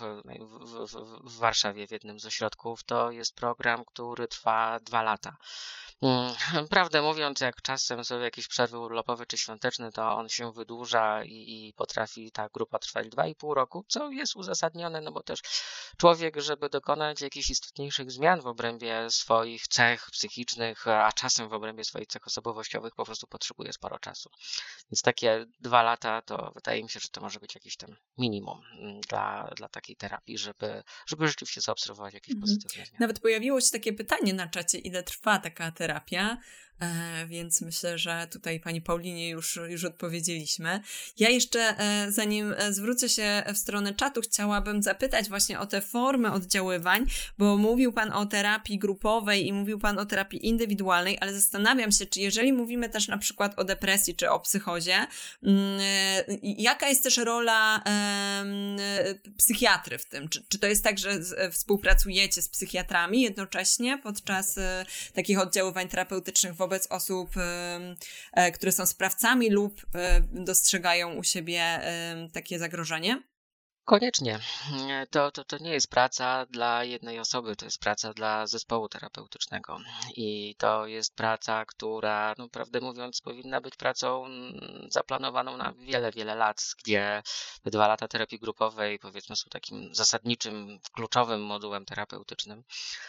w Warszawie w jednym z ośrodków, to jest program, który trwa 2 lata. Prawdę mówiąc, jak czasem są jakieś przerwy urlopowe czy świąteczne, to on się wydłuża i potrafi ta grupa trwać 2,5 roku, co jest uzasadnione, no bo też człowiek, żeby dokonać jakichś istotniejszych zmian w obrębie swoich cech psychicznych, a czasem w obrębie swoich cech osobowościowych po prostu potrzebuje sporo czasu. Więc takie 2 lata to wydaje mi się, że to może być jakieś tam minimum dla takiej terapii, żeby rzeczywiście zaobserwować jakieś pozytywne zmiany.
Nawet pojawiło się takie pytanie na czacie, ile trwa taka terapia, więc myślę, że tutaj pani Paulinie już odpowiedzieliśmy. Ja jeszcze, zanim zwrócę się w stronę czatu, chciałabym zapytać właśnie o te formy oddziaływań, bo mówił pan o terapii grupowej i mówił pan o terapii indywidualnej, ale zastanawiam się, czy jeżeli mówimy też na przykład o depresji czy o psychozie, jaka jest też rola psychiatry w tym? Czy to jest tak, że współpracujecie z psychiatrami jednocześnie podczas takich oddziaływań terapeutycznych wobec osób, które są sprawcami lub dostrzegają u siebie takie zagrożenie?
Koniecznie. To nie jest praca dla jednej osoby, to jest praca dla zespołu terapeutycznego i to jest praca, która, no prawdę mówiąc, powinna być pracą zaplanowaną na wiele, wiele lat, gdzie te 2 lata terapii grupowej, powiedzmy, są takim zasadniczym, kluczowym modułem terapeutycznym,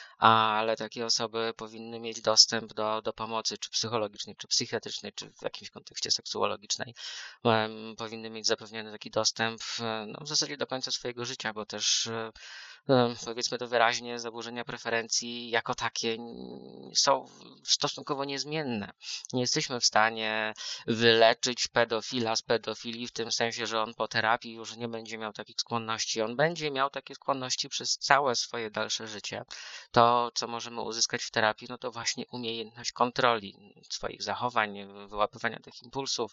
ale takie osoby powinny mieć dostęp do pomocy, czy psychologicznej, czy psychiatrycznej, czy w jakimś kontekście seksuologicznej. Powinny mieć zapewniony taki dostęp w zasadzie do końca swojego życia, bo też powiedzmy to wyraźnie, zaburzenia preferencji jako takie są stosunkowo niezmienne. Nie jesteśmy w stanie wyleczyć pedofila z pedofilii w tym sensie, że on po terapii już nie będzie miał takich skłonności. On będzie miał takie skłonności przez całe swoje dalsze życie. To, co możemy uzyskać w terapii, no to właśnie umiejętność kontroli swoich zachowań, wyłapywania tych impulsów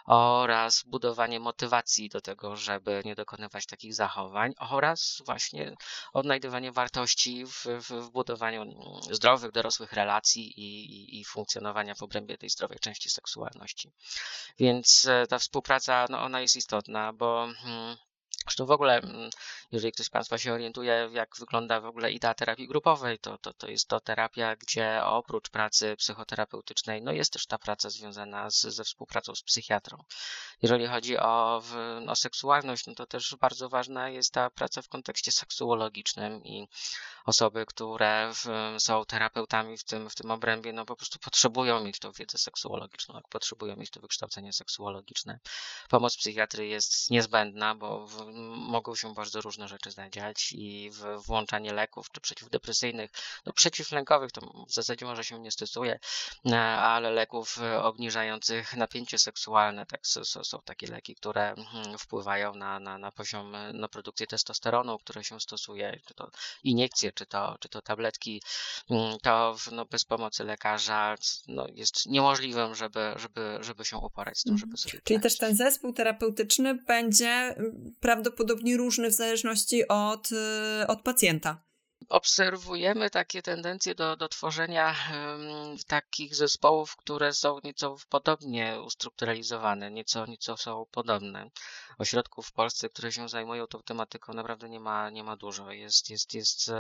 oraz budowanie motywacji do tego, żeby nie dokonywać takich zachowań oraz właśnie odnajdywanie wartości w budowaniu zdrowych, dorosłych relacji i funkcjonowania w obrębie tej zdrowej części seksualności. Więc ta współpraca, no ona jest istotna, bo zresztą w ogóle, jeżeli ktoś z Państwa się orientuje, jak wygląda w ogóle idea terapii grupowej, to jest to terapia, gdzie oprócz pracy psychoterapeutycznej, no jest też ta praca związana ze współpracą z psychiatrą. Jeżeli chodzi o seksualność, no to też bardzo ważna jest ta praca w kontekście seksuologicznym i osoby, które są terapeutami w tym obrębie, no po prostu potrzebują mieć tą wiedzę seksuologiczną, potrzebują mieć to wykształcenie seksuologiczne. Pomoc psychiatry jest niezbędna, bo mogą się bardzo różne rzeczy dziać i włączanie leków, czy przeciwdepresyjnych, no przeciwlękowych to w zasadzie może się nie stosuje, ale leków obniżających napięcie seksualne, tak, są takie leki, które wpływają na poziom, na produkcję testosteronu, które się stosuje, czy to iniekcje, czy to tabletki, to bez pomocy lekarza jest niemożliwym, żeby się uporać z tym, żeby sobie
Czyli też ten zespół terapeutyczny będzie prawdopodobnie różny w zależności od pacjenta.
Obserwujemy takie tendencje do tworzenia takich zespołów, które są nieco podobnie ustrukturalizowane, nieco są podobne. Ośrodków w Polsce, które się zajmują tą tematyką, naprawdę nie ma dużo. Jest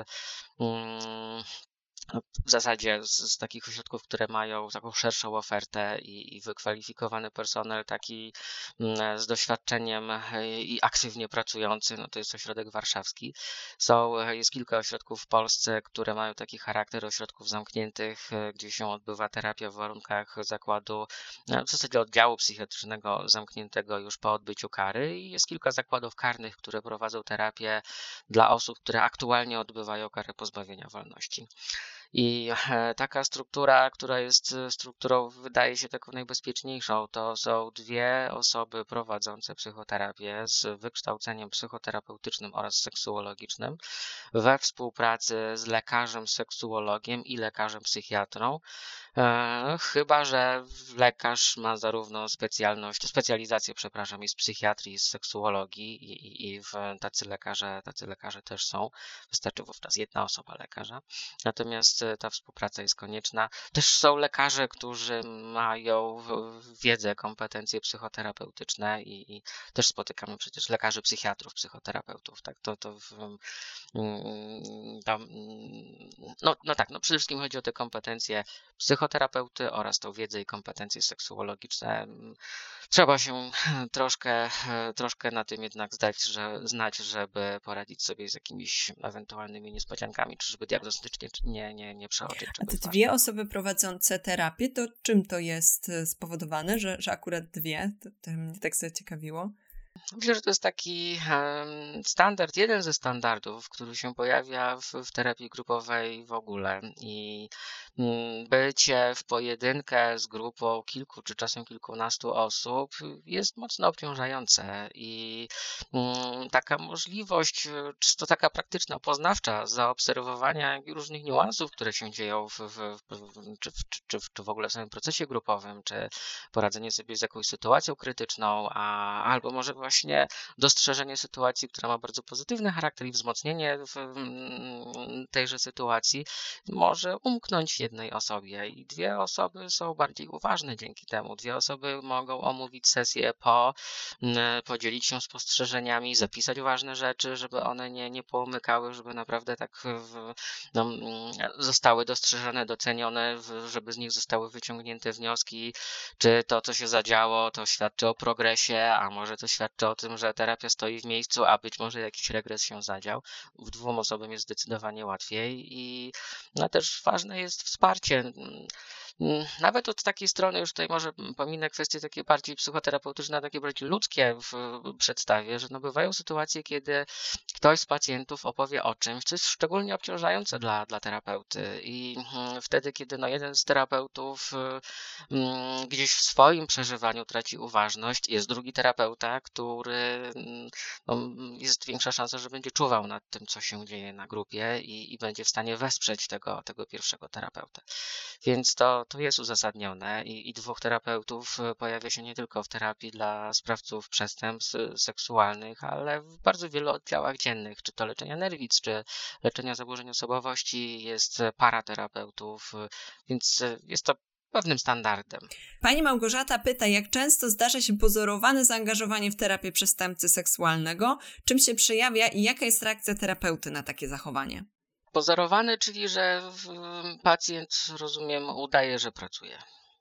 w zasadzie z takich ośrodków, które mają taką szerszą ofertę i wykwalifikowany personel, taki z doświadczeniem i aktywnie pracujący, no to jest ośrodek warszawski. Jest kilka ośrodków w Polsce, które mają taki charakter ośrodków zamkniętych, gdzie się odbywa terapia w warunkach zakładu, w zasadzie oddziału psychiatrycznego zamkniętego już po odbyciu kary i jest kilka zakładów karnych, które prowadzą terapię dla osób, które aktualnie odbywają karę pozbawienia wolności. I taka struktura, która jest strukturą, wydaje się taką najbezpieczniejszą, to są 2 osoby prowadzące psychoterapię z wykształceniem psychoterapeutycznym oraz seksuologicznym we współpracy z lekarzem seksuologiem i lekarzem psychiatrą. Chyba że lekarz ma zarówno specjalizację, z psychiatrii, z seksuologii i tacy lekarze też są. Wystarczy wówczas 1 osoba lekarza. Natomiast ta współpraca jest konieczna. Też są lekarze, którzy mają wiedzę, kompetencje psychoterapeutyczne i też spotykamy przecież lekarzy, psychiatrów, psychoterapeutów. Tak, przede wszystkim chodzi o te kompetencje psychoterapeuty oraz tą wiedzę i kompetencje seksuologiczne. Trzeba się troszkę na tym jednak znać, żeby poradzić sobie z jakimiś ewentualnymi niespodziankami, czy żeby diagnostycznie nie przeoczyć
A te
czegoś
2
ważnego.
osoby prowadzące terapię, to czym to jest spowodowane, że akurat 2? To mnie tak zaciekawiło.
Myślę, że to jest taki standard, jeden ze standardów, który się pojawia w terapii grupowej w ogóle i bycie w pojedynkę z grupą kilku czy czasem kilkunastu osób jest mocno obciążające i taka możliwość, czysto taka praktyczna, poznawcza zaobserwowania różnych niuansów, które się dzieją czy w ogóle w samym procesie grupowym, czy poradzenie sobie z jakąś sytuacją krytyczną, albo może właśnie dostrzeżenie sytuacji, która ma bardzo pozytywny charakter i wzmocnienie tejże sytuacji może umknąć jednej osobie i 2 osoby są bardziej uważne dzięki temu. 2 osoby mogą omówić sesję podzielić się spostrzeżeniami, zapisać ważne rzeczy, żeby one nie poumykały, żeby naprawdę tak zostały dostrzeżone, docenione, żeby z nich zostały wyciągnięte wnioski, czy to, co się zadziało, to świadczy o progresie, a może to świadczy o tym, że terapia stoi w miejscu, a być może jakiś regres się zadział. W 2 osobom jest zdecydowanie łatwiej i też ważne jest wsparcie. Nawet od takiej strony, już tutaj może pominę kwestie takie bardziej psychoterapeutyczne, takie bardziej ludzkie przedstawię, że bywają sytuacje, kiedy ktoś z pacjentów opowie o czymś, co jest szczególnie obciążające dla terapeuty i wtedy, kiedy jeden z terapeutów gdzieś w swoim przeżywaniu traci uważność, jest drugi terapeuta, który jest większa szansa, że będzie czuwał nad tym, co się dzieje na grupie i będzie w stanie wesprzeć tego pierwszego terapeutę. Więc to jest uzasadnione i 2 terapeutów pojawia się nie tylko w terapii dla sprawców przestępstw seksualnych, ale w bardzo wielu oddziałach dziennych, czy to leczenia nerwic, czy leczenia zaburzeń osobowości, jest para terapeutów, więc jest to pewnym standardem.
Pani Małgorzata pyta, jak często zdarza się pozorowane zaangażowanie w terapię przestępcy seksualnego, czym się przejawia i jaka jest reakcja terapeuty na takie zachowanie?
Pozorowany, czyli że pacjent, rozumiem, udaje, że pracuje.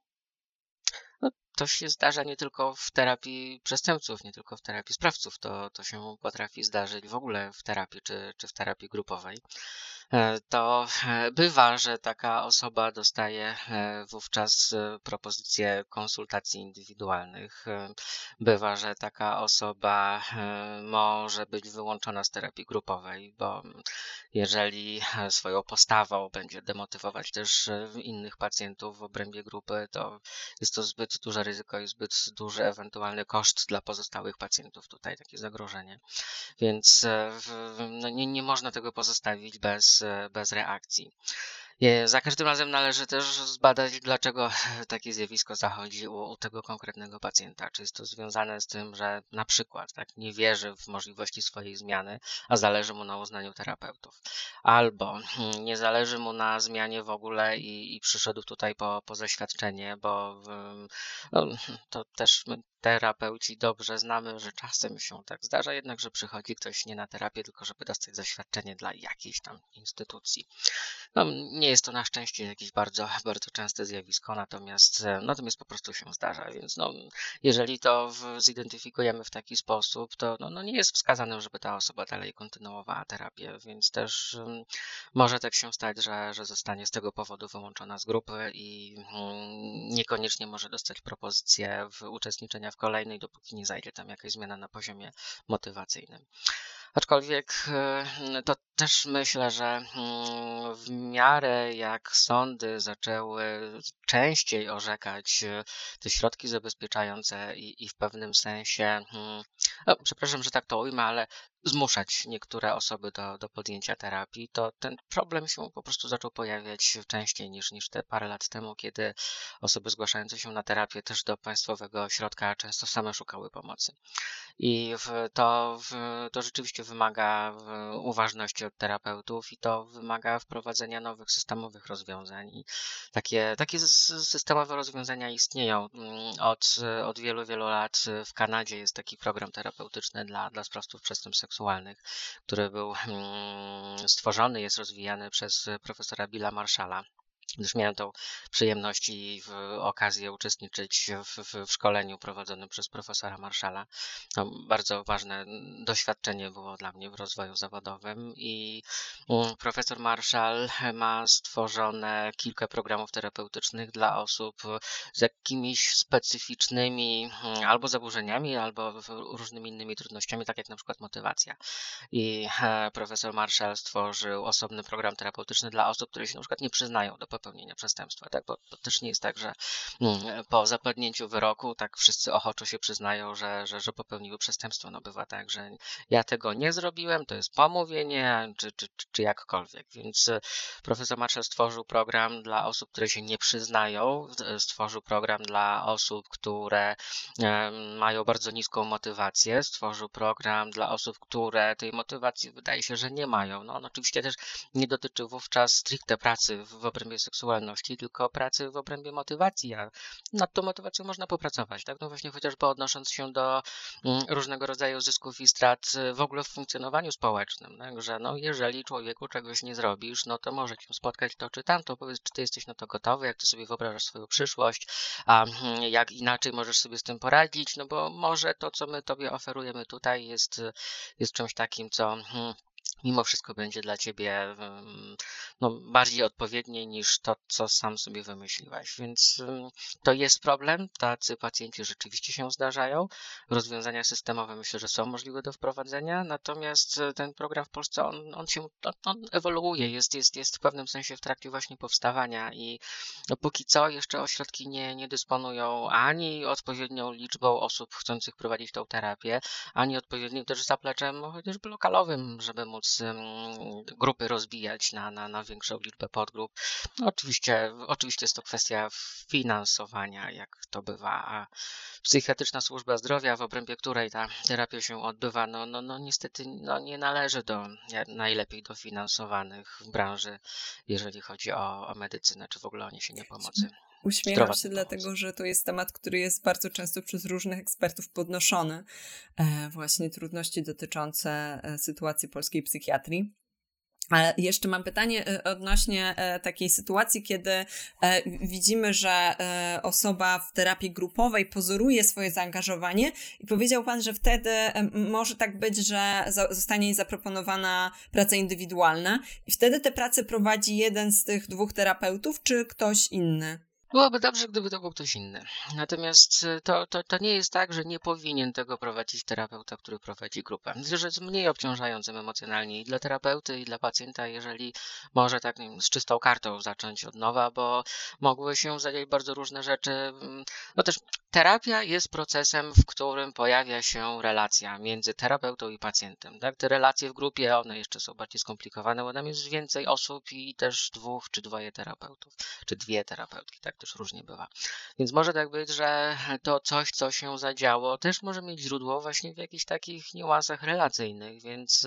To się zdarza nie tylko w terapii przestępców, nie tylko w terapii sprawców. To się potrafi zdarzyć w ogóle w terapii czy w terapii grupowej. To bywa, że taka osoba dostaje wówczas propozycje konsultacji indywidualnych. Bywa, że taka osoba może być wyłączona z terapii grupowej, bo jeżeli swoją postawą będzie demotywować też innych pacjentów w obrębie grupy, to jest to zbyt duże ryzyko i zbyt duży ewentualny koszt dla pozostałych pacjentów. Tutaj takie zagrożenie. Więc nie można tego pozostawić bez reakcji. Za każdym razem należy też zbadać, dlaczego takie zjawisko zachodzi u tego konkretnego pacjenta. Czy jest to związane z tym, że na przykład nie wierzy w możliwości swojej zmiany, a zależy mu na uznaniu terapeutów. Albo nie zależy mu na zmianie w ogóle i przyszedł tutaj po zaświadczenie, bo to też my terapeuci dobrze znamy, że czasem się tak zdarza, jednak że przychodzi ktoś nie na terapię, tylko żeby dostać zaświadczenie dla jakiejś tam instytucji. Nie jest to na szczęście jakieś bardzo, bardzo częste zjawisko, natomiast po prostu się zdarza, więc jeżeli to zidentyfikujemy w taki sposób, to nie jest wskazane, żeby ta osoba dalej kontynuowała terapię, więc też może tak się stać, że zostanie z tego powodu wyłączona z grupy i niekoniecznie może dostać propozycję uczestniczenia w kolejnej, dopóki nie zajdzie tam jakaś zmiana na poziomie motywacyjnym. Aczkolwiek to też myślę, że w miarę jak sądy zaczęły częściej orzekać te środki zabezpieczające i w pewnym sensie, przepraszam, że tak to ujmę, ale zmuszać niektóre osoby do podjęcia terapii, to ten problem się po prostu zaczął pojawiać częściej niż te parę lat temu, kiedy osoby zgłaszające się na terapię też do państwowego ośrodka często same szukały pomocy. I to rzeczywiście wymaga uważności od terapeutów i to wymaga wprowadzenia nowych systemowych rozwiązań. I takie systemowe rozwiązania istnieją od wielu, wielu lat. W Kanadzie jest taki program terapeutyczny dla sprawców przestępstw seksualnych, który był stworzony, jest rozwijany przez profesora Billa Marshalla. Gdyż miałem tą przyjemność i okazję uczestniczyć w szkoleniu prowadzonym przez profesora Marshalla. Bardzo ważne doświadczenie było dla mnie w rozwoju zawodowym i profesor Marshall ma stworzone kilka programów terapeutycznych dla osób z jakimiś specyficznymi albo zaburzeniami, albo różnymi innymi trudnościami, tak jak na przykład motywacja. I profesor Marshall stworzył osobny program terapeutyczny dla osób, które się na przykład nie przyznają do popełnienia przestępstwa, tak? Bo to też nie jest tak, że po zapadnięciu wyroku tak wszyscy ochoczo się przyznają, że popełniły przestępstwo. No bywa tak, że ja tego nie zrobiłem, to jest pomówienie, czy jakkolwiek. Więc profesor Marshall stworzył program dla osób, które się nie przyznają, stworzył program dla osób, które mają bardzo niską motywację, stworzył program dla osób, które tej motywacji wydaje się, że nie mają. No on oczywiście też nie dotyczy wówczas stricte pracy w obrębie seksualności, tylko pracy w obrębie motywacji, a nad tą motywacją można popracować, tak? No właśnie chociażby odnosząc się do różnego rodzaju zysków i strat w ogóle w funkcjonowaniu społecznym, tak? Że no jeżeli człowieku czegoś nie zrobisz, no to może cię spotkać to czy tamto, powiedz, czy ty jesteś na to gotowy, jak ty sobie wyobrażasz swoją przyszłość, a jak inaczej możesz sobie z tym poradzić, no bo może to, co my tobie oferujemy tutaj jest czymś takim, co mimo wszystko będzie dla ciebie bardziej odpowiednie niż to, co sam sobie wymyśliłeś. Więc to jest problem. Tacy pacjenci rzeczywiście się zdarzają. Rozwiązania systemowe myślę, że są możliwe do wprowadzenia, natomiast ten program w Polsce, on ewoluuje, jest w pewnym sensie w trakcie właśnie powstawania i póki co jeszcze ośrodki nie dysponują ani odpowiednią liczbą osób chcących prowadzić tą terapię, ani odpowiednim też zapleczem chociażby lokalowym, żeby móc grupy rozbijać na większą liczbę podgrup. No oczywiście jest to kwestia finansowania, jak to bywa, a psychiatryczna służba zdrowia, w obrębie której ta terapia się odbywa, niestety nie należy do najlepiej dofinansowanych w branży, jeżeli chodzi o medycynę, czy w ogóle o niesienie pomocy.
Uśmiecham się dlatego, że to jest temat, który jest bardzo często przez różnych ekspertów podnoszony. Właśnie trudności dotyczące sytuacji polskiej psychiatrii. Ale jeszcze mam pytanie odnośnie takiej sytuacji, kiedy widzimy, że osoba w terapii grupowej pozoruje swoje zaangażowanie i powiedział pan, że wtedy może tak być, że zostanie jej zaproponowana praca indywidualna i wtedy tę pracę prowadzi jeden z tych dwóch terapeutów, czy ktoś inny?
Byłoby dobrze, gdyby to był ktoś inny. Natomiast to nie jest tak, że nie powinien tego prowadzić terapeuta, który prowadzi grupę. Myślę, że jest mniej obciążającym emocjonalnie i dla terapeuty, i dla pacjenta, jeżeli może tak z czystą kartą zacząć od nowa, bo mogły się zadziać bardzo różne rzeczy. No też terapia jest procesem, w którym pojawia się relacja między terapeutą i pacjentem. Tak? Te relacje w grupie, one jeszcze są bardziej skomplikowane, bo tam jest więcej osób i też dwóch czy dwoje terapeutów, czy dwie terapeutki, tak też różnie bywa. Więc może tak być, że to coś, co się zadziało, też może mieć źródło właśnie w jakichś takich niuansach relacyjnych, więc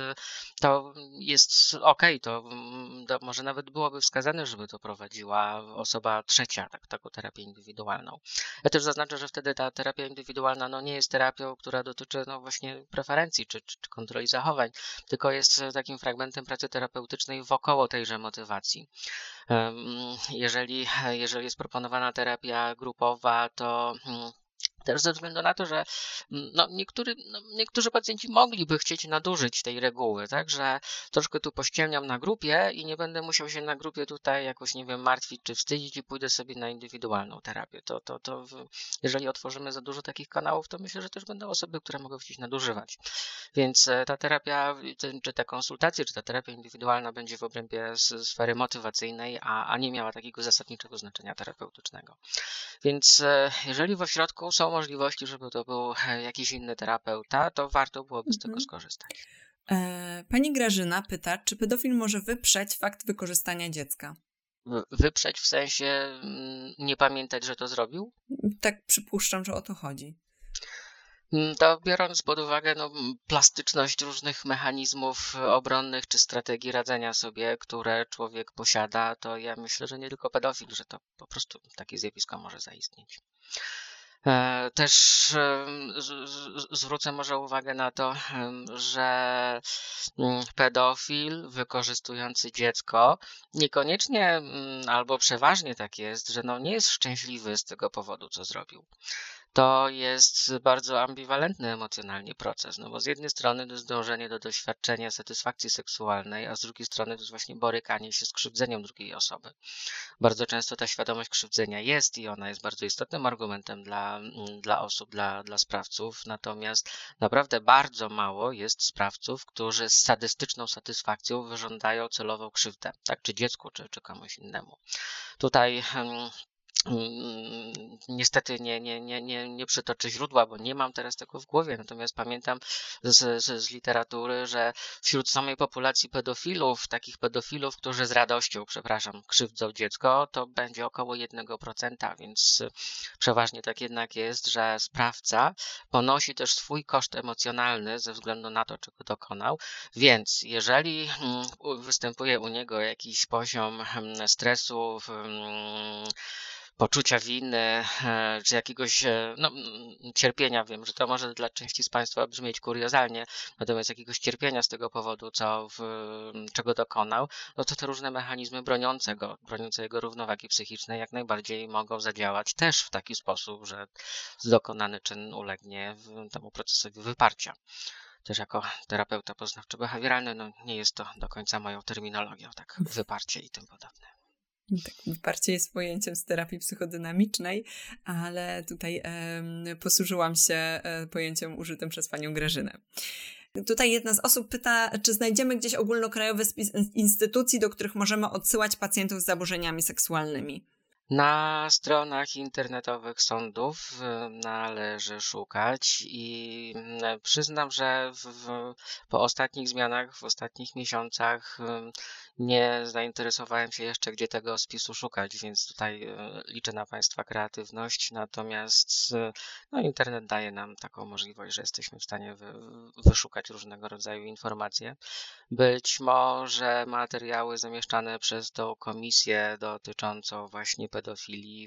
to jest okej, to może nawet byłoby wskazane, żeby to prowadziła osoba trzecia, taką terapię indywidualną. Ja też zaznaczę, że wtedy ta terapia indywidualna nie jest terapią, która dotyczy właśnie preferencji czy kontroli zachowań, tylko jest takim fragmentem pracy terapeutycznej wokoło tejże motywacji. Jeżeli jest proponowana terapia grupowa, to Też ze względu na to, że niektórzy pacjenci mogliby chcieć nadużyć tej reguły, tak, że troszkę tu pościelniam na grupie i nie będę musiał się na grupie tutaj jakoś, nie wiem, martwić czy wstydzić i pójdę sobie na indywidualną terapię. Jeżeli otworzymy za dużo takich kanałów, to myślę, że też będą osoby, które mogą chcieć nadużywać. Więc ta terapia, czy te konsultacje, czy ta terapia indywidualna będzie w obrębie sfery motywacyjnej, a nie miała takiego zasadniczego znaczenia terapeutycznego. Więc jeżeli w ośrodku są możliwości, żeby to był jakiś inny terapeuta, to warto byłoby z tego skorzystać.
Pani Grażyna pyta, czy pedofil może wyprzeć fakt wykorzystania dziecka?
Wyprzeć w sensie nie pamiętać, że to zrobił?
Tak przypuszczam, że o to chodzi.
To biorąc pod uwagę plastyczność różnych mechanizmów obronnych czy strategii radzenia sobie, które człowiek posiada, to ja myślę, że nie tylko pedofil, że to po prostu takie zjawisko może zaistnieć. Też zwrócę może uwagę na to, że pedofil wykorzystujący dziecko niekoniecznie albo przeważnie tak jest, że nie jest szczęśliwy z tego powodu, co zrobił. To jest bardzo ambiwalentny emocjonalnie proces, bo z jednej strony to jest dążenie do doświadczenia satysfakcji seksualnej, a z drugiej strony to jest właśnie borykanie się z krzywdzeniem drugiej osoby. Bardzo często ta świadomość krzywdzenia jest i ona jest bardzo istotnym argumentem dla osób, dla sprawców, natomiast naprawdę bardzo mało jest sprawców, którzy z sadystyczną satysfakcją wyżądają celową krzywdę, tak, czy dziecku, czy komuś innemu. Tutaj niestety nie przytoczę źródła, bo nie mam teraz tego w głowie, natomiast pamiętam z literatury, że wśród samej populacji pedofilów, takich pedofilów, którzy z radością, krzywdzą dziecko, to będzie około 1%, więc przeważnie tak jednak jest, że sprawca ponosi też swój koszt emocjonalny ze względu na to, czego dokonał, więc jeżeli występuje u niego jakiś poziom stresu, poczucia winy, czy jakiegoś cierpienia, wiem, że to może dla części z Państwa brzmieć kuriozalnie, natomiast jakiegoś cierpienia z tego powodu, czego dokonał, to te różne mechanizmy broniące jego równowagi psychicznej jak najbardziej mogą zadziałać też w taki sposób, że dokonany czyn ulegnie temu procesowi wyparcia. Też jako terapeuta poznawczo-behawioralny, nie jest to do końca moją terminologią, tak, wyparcie i tym podobne.
Tak, wyparcie jest pojęciem z terapii psychodynamicznej, ale tutaj posłużyłam się pojęciem użytym przez panią Grażynę. Tutaj jedna z osób pyta, czy znajdziemy gdzieś ogólnokrajowy spis instytucji, do których możemy odsyłać pacjentów z zaburzeniami seksualnymi.
Na stronach internetowych sądów należy szukać i przyznam, że po ostatnich zmianach, w ostatnich miesiącach nie zainteresowałem się jeszcze, gdzie tego spisu szukać, więc tutaj liczę na Państwa kreatywność, natomiast internet daje nam taką możliwość, że jesteśmy w stanie wyszukać różnego rodzaju informacje. Być może materiały zamieszczane przez tą komisję dotyczącą właśnie pedofilii,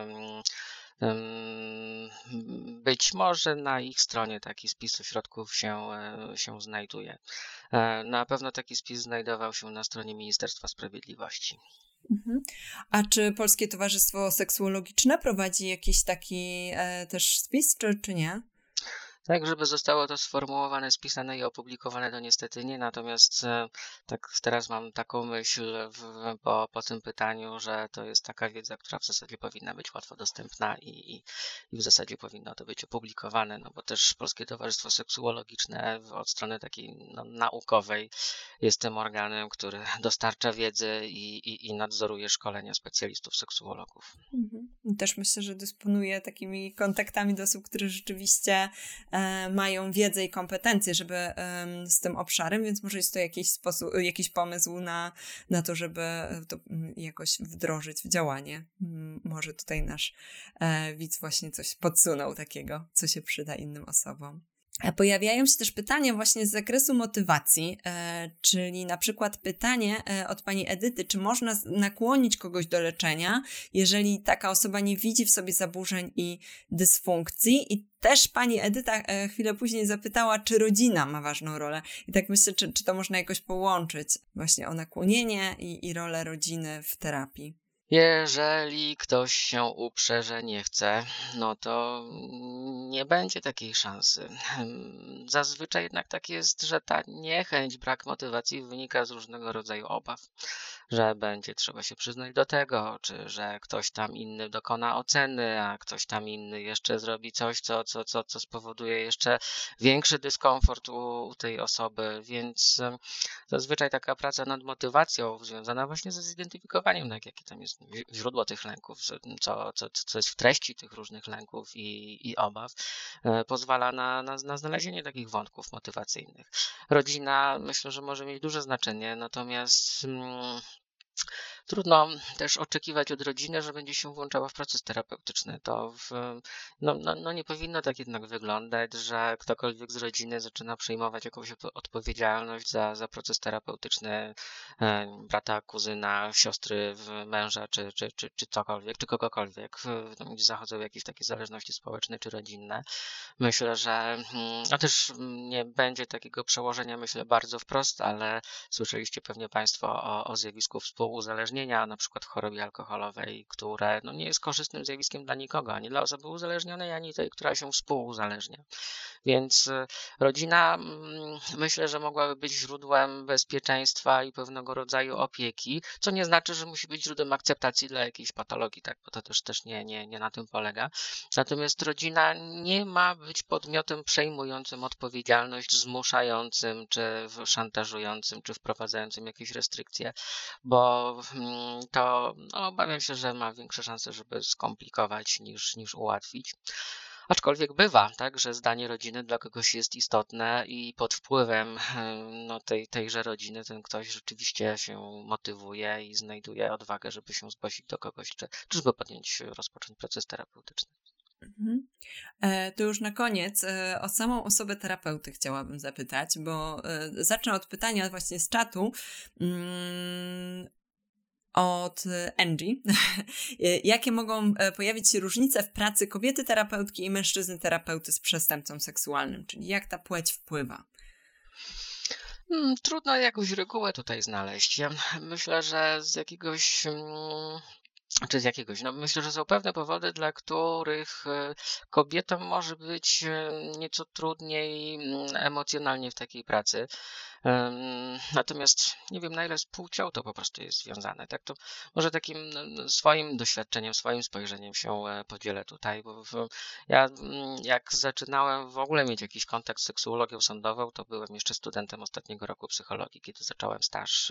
być może na ich stronie taki spis ośrodków się znajduje. Na pewno taki spis znajdował się na stronie Ministerstwa Sprawiedliwości.
A czy Polskie Towarzystwo Seksuologiczne prowadzi jakiś taki też spis, czy nie?
Tak, żeby zostało to sformułowane, spisane i opublikowane, to niestety nie, natomiast tak teraz mam taką myśl po tym pytaniu, że to jest taka wiedza, która w zasadzie powinna być łatwo dostępna i w zasadzie powinno to być opublikowane, bo też Polskie Towarzystwo Seksuologiczne od strony takiej naukowej jest tym organem, który dostarcza wiedzy i nadzoruje szkolenia specjalistów seksuologów.
Też myślę, że dysponuje takimi kontaktami do osób, które rzeczywiście mają wiedzę i kompetencje, żeby z tym obszarem, więc może jest to jakiś pomysł na to, żeby to jakoś wdrożyć w działanie. Może tutaj nasz widz właśnie coś podsunął takiego, co się przyda innym osobom. Pojawiają się też pytania właśnie z zakresu motywacji, czyli na przykład pytanie od pani Edyty, czy można nakłonić kogoś do leczenia, jeżeli taka osoba nie widzi w sobie zaburzeń i dysfunkcji. I też pani Edyta chwilę później zapytała, czy rodzina ma ważną rolę. I tak myślę, czy to można jakoś połączyć właśnie o nakłonienie i rolę rodziny w terapii.
Jeżeli ktoś się uprze, że nie chce, no to nie będzie takiej szansy. Zazwyczaj jednak tak jest, że ta niechęć, brak motywacji wynika z różnego rodzaju obaw, że będzie trzeba się przyznać do tego, czy że ktoś tam inny dokona oceny, a ktoś tam inny jeszcze zrobi coś, co spowoduje jeszcze większy dyskomfort u tej osoby, więc zazwyczaj taka praca nad motywacją związana właśnie ze zidentyfikowaniem, jakie tam jest źródło tych lęków, co jest w treści tych różnych lęków i obaw, pozwala na znalezienie takich wątków motywacyjnych. Rodzina myślę, że może mieć duże znaczenie, natomiast trudno też oczekiwać od rodziny, że będzie się włączała w proces terapeutyczny. Nie powinno tak jednak wyglądać, że ktokolwiek z rodziny zaczyna przejmować jakąś odpowiedzialność za proces terapeutyczny brata, kuzyna, siostry, męża, czy cokolwiek, czy kogokolwiek. Gdzie zachodzą jakieś takie zależności społeczne czy rodzinne. Myślę, że też nie będzie takiego przełożenia, myślę, bardzo wprost, ale słyszeliście pewnie Państwo o zjawisku współuzależnienia, na przykład w chorobie alkoholowej, które nie jest korzystnym zjawiskiem dla nikogo, ani dla osoby uzależnionej, ani tej, która się współuzależnia. Więc rodzina myślę, że mogłaby być źródłem bezpieczeństwa i pewnego rodzaju opieki, co nie znaczy, że musi być źródłem akceptacji dla jakiejś patologii, tak, bo to też nie na tym polega. Natomiast rodzina nie ma być podmiotem przejmującym odpowiedzialność, zmuszającym, czy szantażującym, czy wprowadzającym jakieś restrykcje, bo to obawiam się, że ma większe szanse, żeby skomplikować niż ułatwić. Aczkolwiek bywa, tak, że zdanie rodziny dla kogoś jest istotne i pod wpływem tejże rodziny ten ktoś rzeczywiście się motywuje i znajduje odwagę, żeby się zgłosić do kogoś, czy żeby rozpocząć proces terapeutyczny.
To już na koniec o samą osobę terapeuty chciałabym zapytać, bo zacznę od pytania właśnie z czatu od Angie. Jakie mogą pojawić się różnice w pracy kobiety terapeutki i mężczyzny terapeuty z przestępcą seksualnym, czyli jak ta płeć wpływa?
Trudno jakąś regułę tutaj znaleźć. Ja myślę, że myślę, że są pewne powody, dla których kobietom może być nieco trudniej emocjonalnie w takiej pracy. Natomiast nie wiem, na ile z płcią to po prostu jest związane. Tak, to może takim swoim doświadczeniem, swoim spojrzeniem się podzielę tutaj, bo ja jak zaczynałem w ogóle mieć jakiś kontakt z seksuologią sądową, to byłem jeszcze studentem ostatniego roku psychologii, kiedy zacząłem staż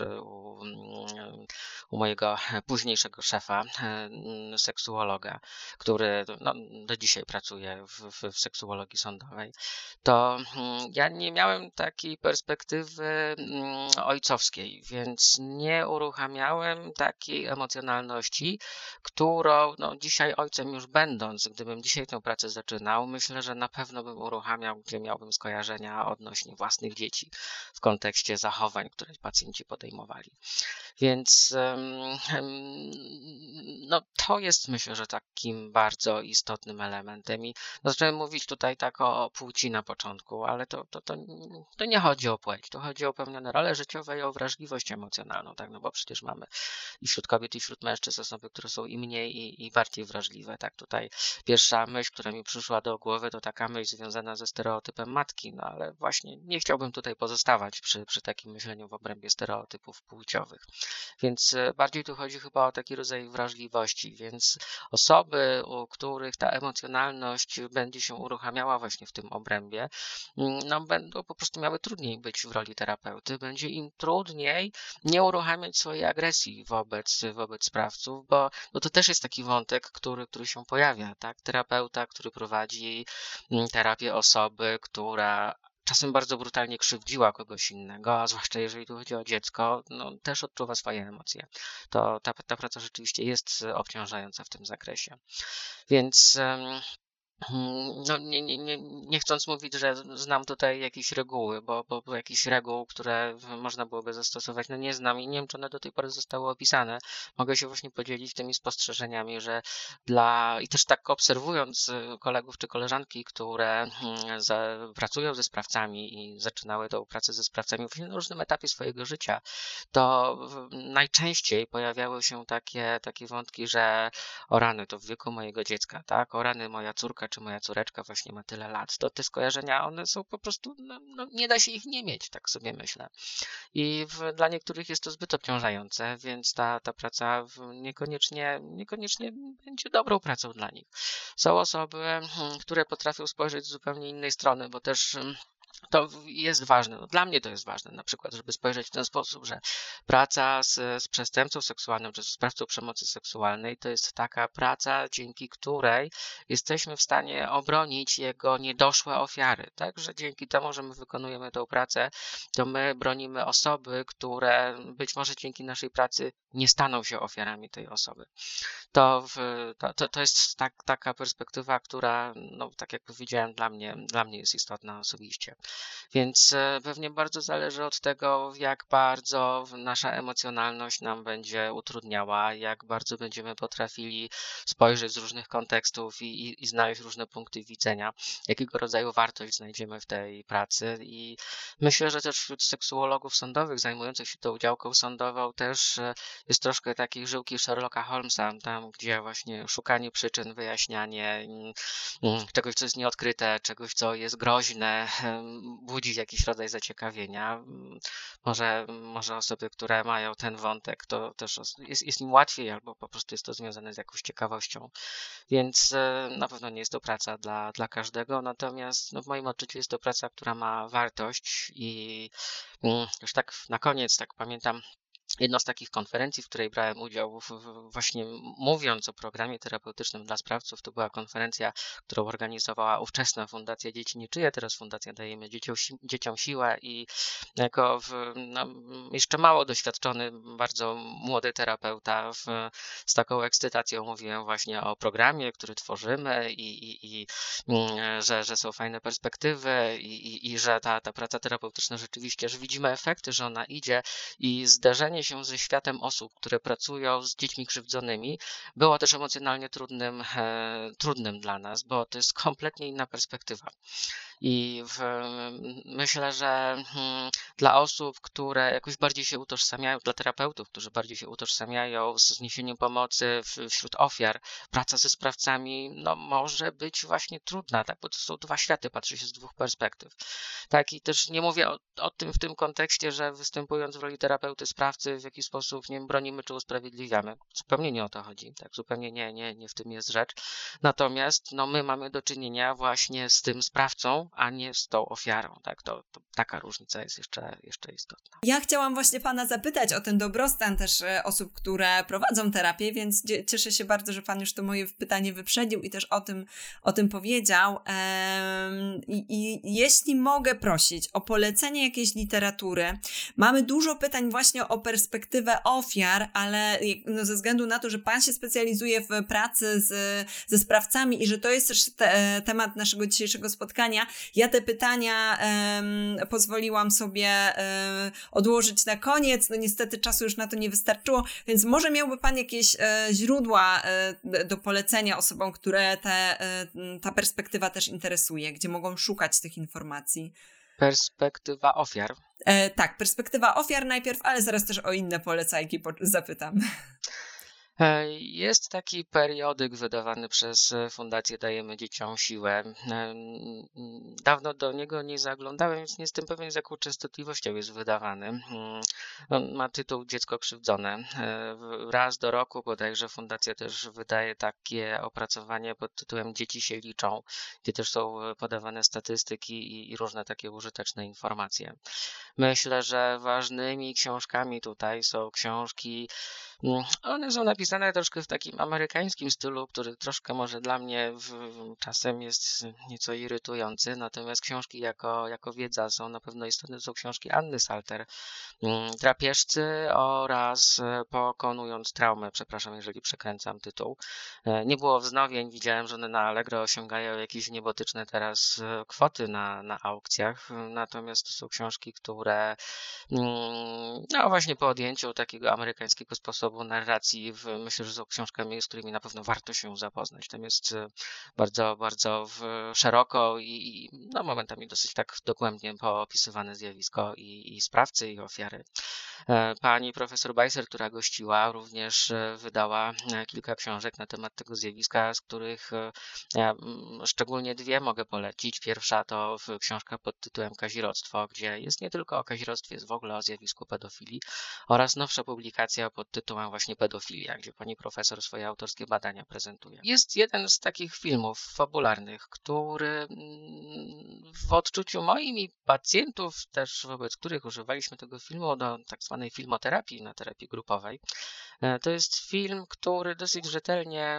u mojego późniejszego szefa, seksuologa, który do dzisiaj pracuje w seksuologii sądowej. To ja nie miałem takiej perspektywy ojcowskiej, więc nie uruchamiałem takiej emocjonalności, którą dzisiaj ojcem już będąc, gdybym dzisiaj tę pracę zaczynał, myślę, że na pewno bym uruchamiał, gdzie miałbym skojarzenia odnośnie własnych dzieci w kontekście zachowań, które pacjenci podejmowali. Więc to jest, myślę, że takim bardzo istotnym elementem i zacząłem mówić tutaj tak o płci na początku, ale to nie chodzi o płeć, to chodzi o pewne role życiowe i o wrażliwość emocjonalną, tak, bo przecież mamy i wśród kobiet, i wśród mężczyzn osoby, które są i mniej, i bardziej wrażliwe, tak, tutaj pierwsza myśl, która mi przyszła do głowy, to taka myśl związana ze stereotypem matki, ale właśnie nie chciałbym tutaj pozostawać przy takim myśleniu w obrębie stereotypów płciowych, więc bardziej tu chodzi chyba o taki rodzaj wrażliwości, więc osoby, u których ta emocjonalność będzie się uruchamiała właśnie w tym obrębie, będą po prostu miały trudniej być w roli terapeuty, będzie im trudniej nie uruchamiać swojej agresji wobec sprawców, bo to też jest taki wątek, który się pojawia, tak? Terapeuta, który prowadzi terapię osoby, która czasem bardzo brutalnie krzywdziła kogoś innego, a zwłaszcza jeżeli tu chodzi o dziecko, też odczuwa swoje emocje. To ta praca rzeczywiście jest obciążająca w tym zakresie. Więc No, nie chcąc mówić, że znam tutaj jakieś reguły, bo jakichś reguł, które można byłoby zastosować, no nie znam i nie wiem, czy one do tej pory zostały opisane. Mogę się właśnie podzielić tymi spostrzeżeniami, że i też tak obserwując kolegów czy koleżanki, które pracują ze sprawcami i zaczynały tą pracę ze sprawcami właśnie na różnym etapie swojego życia, to najczęściej pojawiały się takie wątki, że o rany, to w wieku mojego dziecka, tak? O rany, moja córka czy moja córeczka właśnie ma tyle lat. To te skojarzenia, one są po prostu, no, nie da się ich nie mieć, tak sobie myślę. I dla niektórych jest to zbyt obciążające, więc ta praca niekoniecznie będzie dobrą pracą dla nich. Są osoby, które potrafią spojrzeć z zupełnie innej strony, bo też to jest ważne. No, dla mnie to jest ważne, na przykład, żeby spojrzeć w ten sposób, że praca z przestępcą seksualnym czy z sprawcą przemocy seksualnej to jest taka praca, dzięki której jesteśmy w stanie obronić jego niedoszłe ofiary. Tak, że dzięki temu, że my wykonujemy tę pracę, to my bronimy osoby, które być może dzięki naszej pracy nie staną się ofiarami tej osoby. To jest taka perspektywa, która, no, tak jak powiedziałem, dla mnie jest istotna osobiście. Więc pewnie bardzo zależy od tego, jak bardzo nasza emocjonalność nam będzie utrudniała, jak bardzo będziemy potrafili spojrzeć z różnych kontekstów i znaleźć różne punkty widzenia, jakiego rodzaju wartość znajdziemy w tej pracy. I myślę, że też wśród seksuologów sądowych zajmujących się tą działką sądową też jest troszkę takiej żyłki Sherlocka Holmesa, tam gdzie właśnie szukanie przyczyn, wyjaśnianie czegoś, co jest nieodkryte, czegoś, co jest groźne, budzi jakiś rodzaj zaciekawienia. Może osoby, które mają ten wątek, to też jest im łatwiej, albo po prostu jest to związane z jakąś ciekawością. Więc na pewno nie jest to praca dla każdego, natomiast no, w moim odczuciu jest to praca, która ma wartość i już tak na koniec, tak pamiętam, jedną z takich konferencji, w której brałem udział, właśnie mówiąc o programie terapeutycznym dla sprawców, to była konferencja, którą organizowała ówczesna Fundacja Dzieci Niczyje, teraz Fundacja Dajemy Dzieciom Siłę i jako jeszcze mało doświadczony, bardzo młody terapeuta z taką ekscytacją mówiłem właśnie o programie, który tworzymy i że są fajne perspektywy i że ta praca terapeutyczna rzeczywiście, że widzimy efekty, że ona idzie i zderzenie się ze światem osób, które pracują z dziećmi krzywdzonymi, było też emocjonalnie trudnym dla nas, bo to jest kompletnie inna perspektywa. I myślę, że dla osób, które jakoś bardziej się utożsamiają, dla terapeutów, którzy bardziej się utożsamiają z niesieniem pomocy wśród ofiar, praca ze sprawcami no, może być właśnie trudna, tak? Bo to są dwa światy, patrzy się z dwóch perspektyw. Tak, i też nie mówię o tym w tym kontekście, że występując w roli terapeuty sprawcy w jakiś sposób nie bronimy czy usprawiedliwiamy. Zupełnie nie o to chodzi, tak? Zupełnie nie w tym jest rzecz. Natomiast no, my mamy do czynienia właśnie z tym sprawcą, a nie z tą ofiarą, tak? To taka różnica jest jeszcze istotna.
Ja chciałam właśnie pana zapytać o ten dobrostan też osób, które prowadzą terapię, więc cieszę się bardzo, że pan już to moje pytanie wyprzedził i też o tym powiedział. I jeśli mogę prosić o polecenie jakiejś literatury, mamy dużo pytań właśnie o perspektywę ofiar, ale no, ze względu na to, że pan się specjalizuje w pracy ze sprawcami i że to jest też temat naszego dzisiejszego spotkania, ja te pytania pozwoliłam sobie odłożyć na koniec. No niestety czasu już na to nie wystarczyło, więc może miałby pan jakieś źródła do polecenia osobom, które ta perspektywa też interesuje, gdzie mogą szukać tych informacji.
Perspektywa ofiar.
Tak, perspektywa ofiar najpierw, ale zaraz też o inne polecajki zapytam.
Jest taki periodyk wydawany przez Fundację Dajemy Dzieciom Siłę. Dawno do niego nie zaglądałem, więc nie jestem pewien, z jaką częstotliwością jest wydawany. On ma tytuł Dziecko krzywdzone. Raz do roku bodajże Fundacja też wydaje takie opracowanie pod tytułem Dzieci się liczą, gdzie też są podawane statystyki i różne takie użyteczne informacje. Myślę, że ważnymi książkami tutaj są książki One są napisane troszkę w takim amerykańskim stylu, który troszkę może dla mnie czasem jest nieco irytujący, natomiast książki jako wiedza są na pewno istotne. To są książki Anny Salter, Drapieżcy oraz Pokonując traumę, przepraszam, jeżeli przekręcam tytuł. Nie było wznowień, widziałem, że one na Allegro osiągają jakieś niebotyczne teraz kwoty na aukcjach, natomiast to są książki, które no właśnie po odjęciu takiego amerykańskiego sposobu narracji, myślę, że są książkami, z którymi na pewno warto się zapoznać. Tam jest bardzo, bardzo szeroko i no, momentami dosyć tak dogłębnie poopisywane zjawisko i sprawcy, i ofiary. Pani profesor Bajser, która gościła, również wydała kilka książek na temat tego zjawiska, z których ja szczególnie dwie mogę polecić. Pierwsza to książka pod tytułem Kazirodztwo, gdzie jest nie tylko o kazirodztwie, jest w ogóle o zjawisku pedofilii, oraz nowsza publikacja pod tytułem właśnie Pedofilia, gdzie pani profesor swoje autorskie badania prezentuje. Jest jeden z takich filmów fabularnych, który w odczuciu moim i pacjentów też, wobec których używaliśmy tego filmu do tak zwanej filmoterapii, na terapii grupowej. To jest film, który dosyć rzetelnie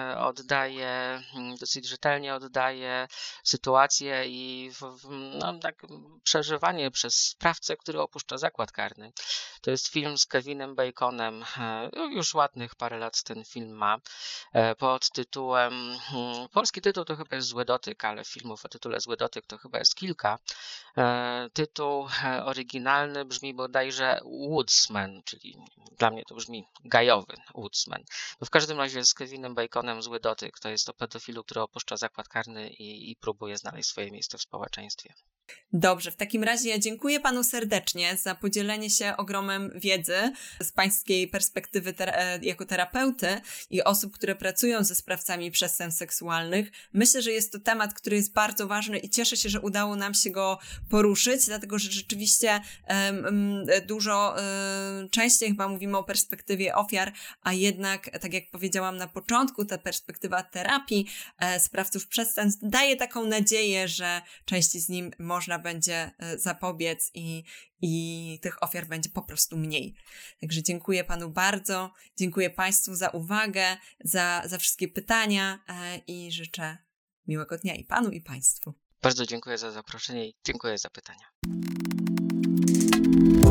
oddaje sytuację i no, tak przeżywanie przez sprawcę, który opuszcza zakład karny. To jest film z Kevinem Baconem, już ładnych parę lat ten film ma, pod tytułem, polski tytuł to chyba jest Zły dotyk, ale filmów o tytule Zły dotyk to chyba jest kilka. Tytuł oryginalny brzmi bodajże Woodsman, czyli dla mnie to brzmi gajowy Woodsman. No w każdym razie z Kevinem Baconem Zły dotyk to jest o pedofilu, który opuszcza zakład karny i próbuje znaleźć swoje miejsce w społeczeństwie.
Dobrze, w takim razie ja dziękuję panu serdecznie za podzielenie się ogromem wiedzy z pańskiej perspektywy jako terapeuty i osób, które pracują ze sprawcami przestępstw seksualnych. Myślę, że jest to temat, który jest bardzo ważny i cieszę się, że udało nam się go poruszyć, dlatego że rzeczywiście dużo częściej chyba mówimy o perspektywie ofiar, a jednak, tak jak powiedziałam na początku, ta perspektywa terapii sprawców przestępstw daje taką nadzieję, że części z nim można będzie zapobiec i tych ofiar będzie po prostu mniej. Także dziękuję panu bardzo, dziękuję państwu za uwagę, za wszystkie pytania i życzę miłego dnia i panu, i państwu.
Bardzo dziękuję za zaproszenie i dziękuję za pytania.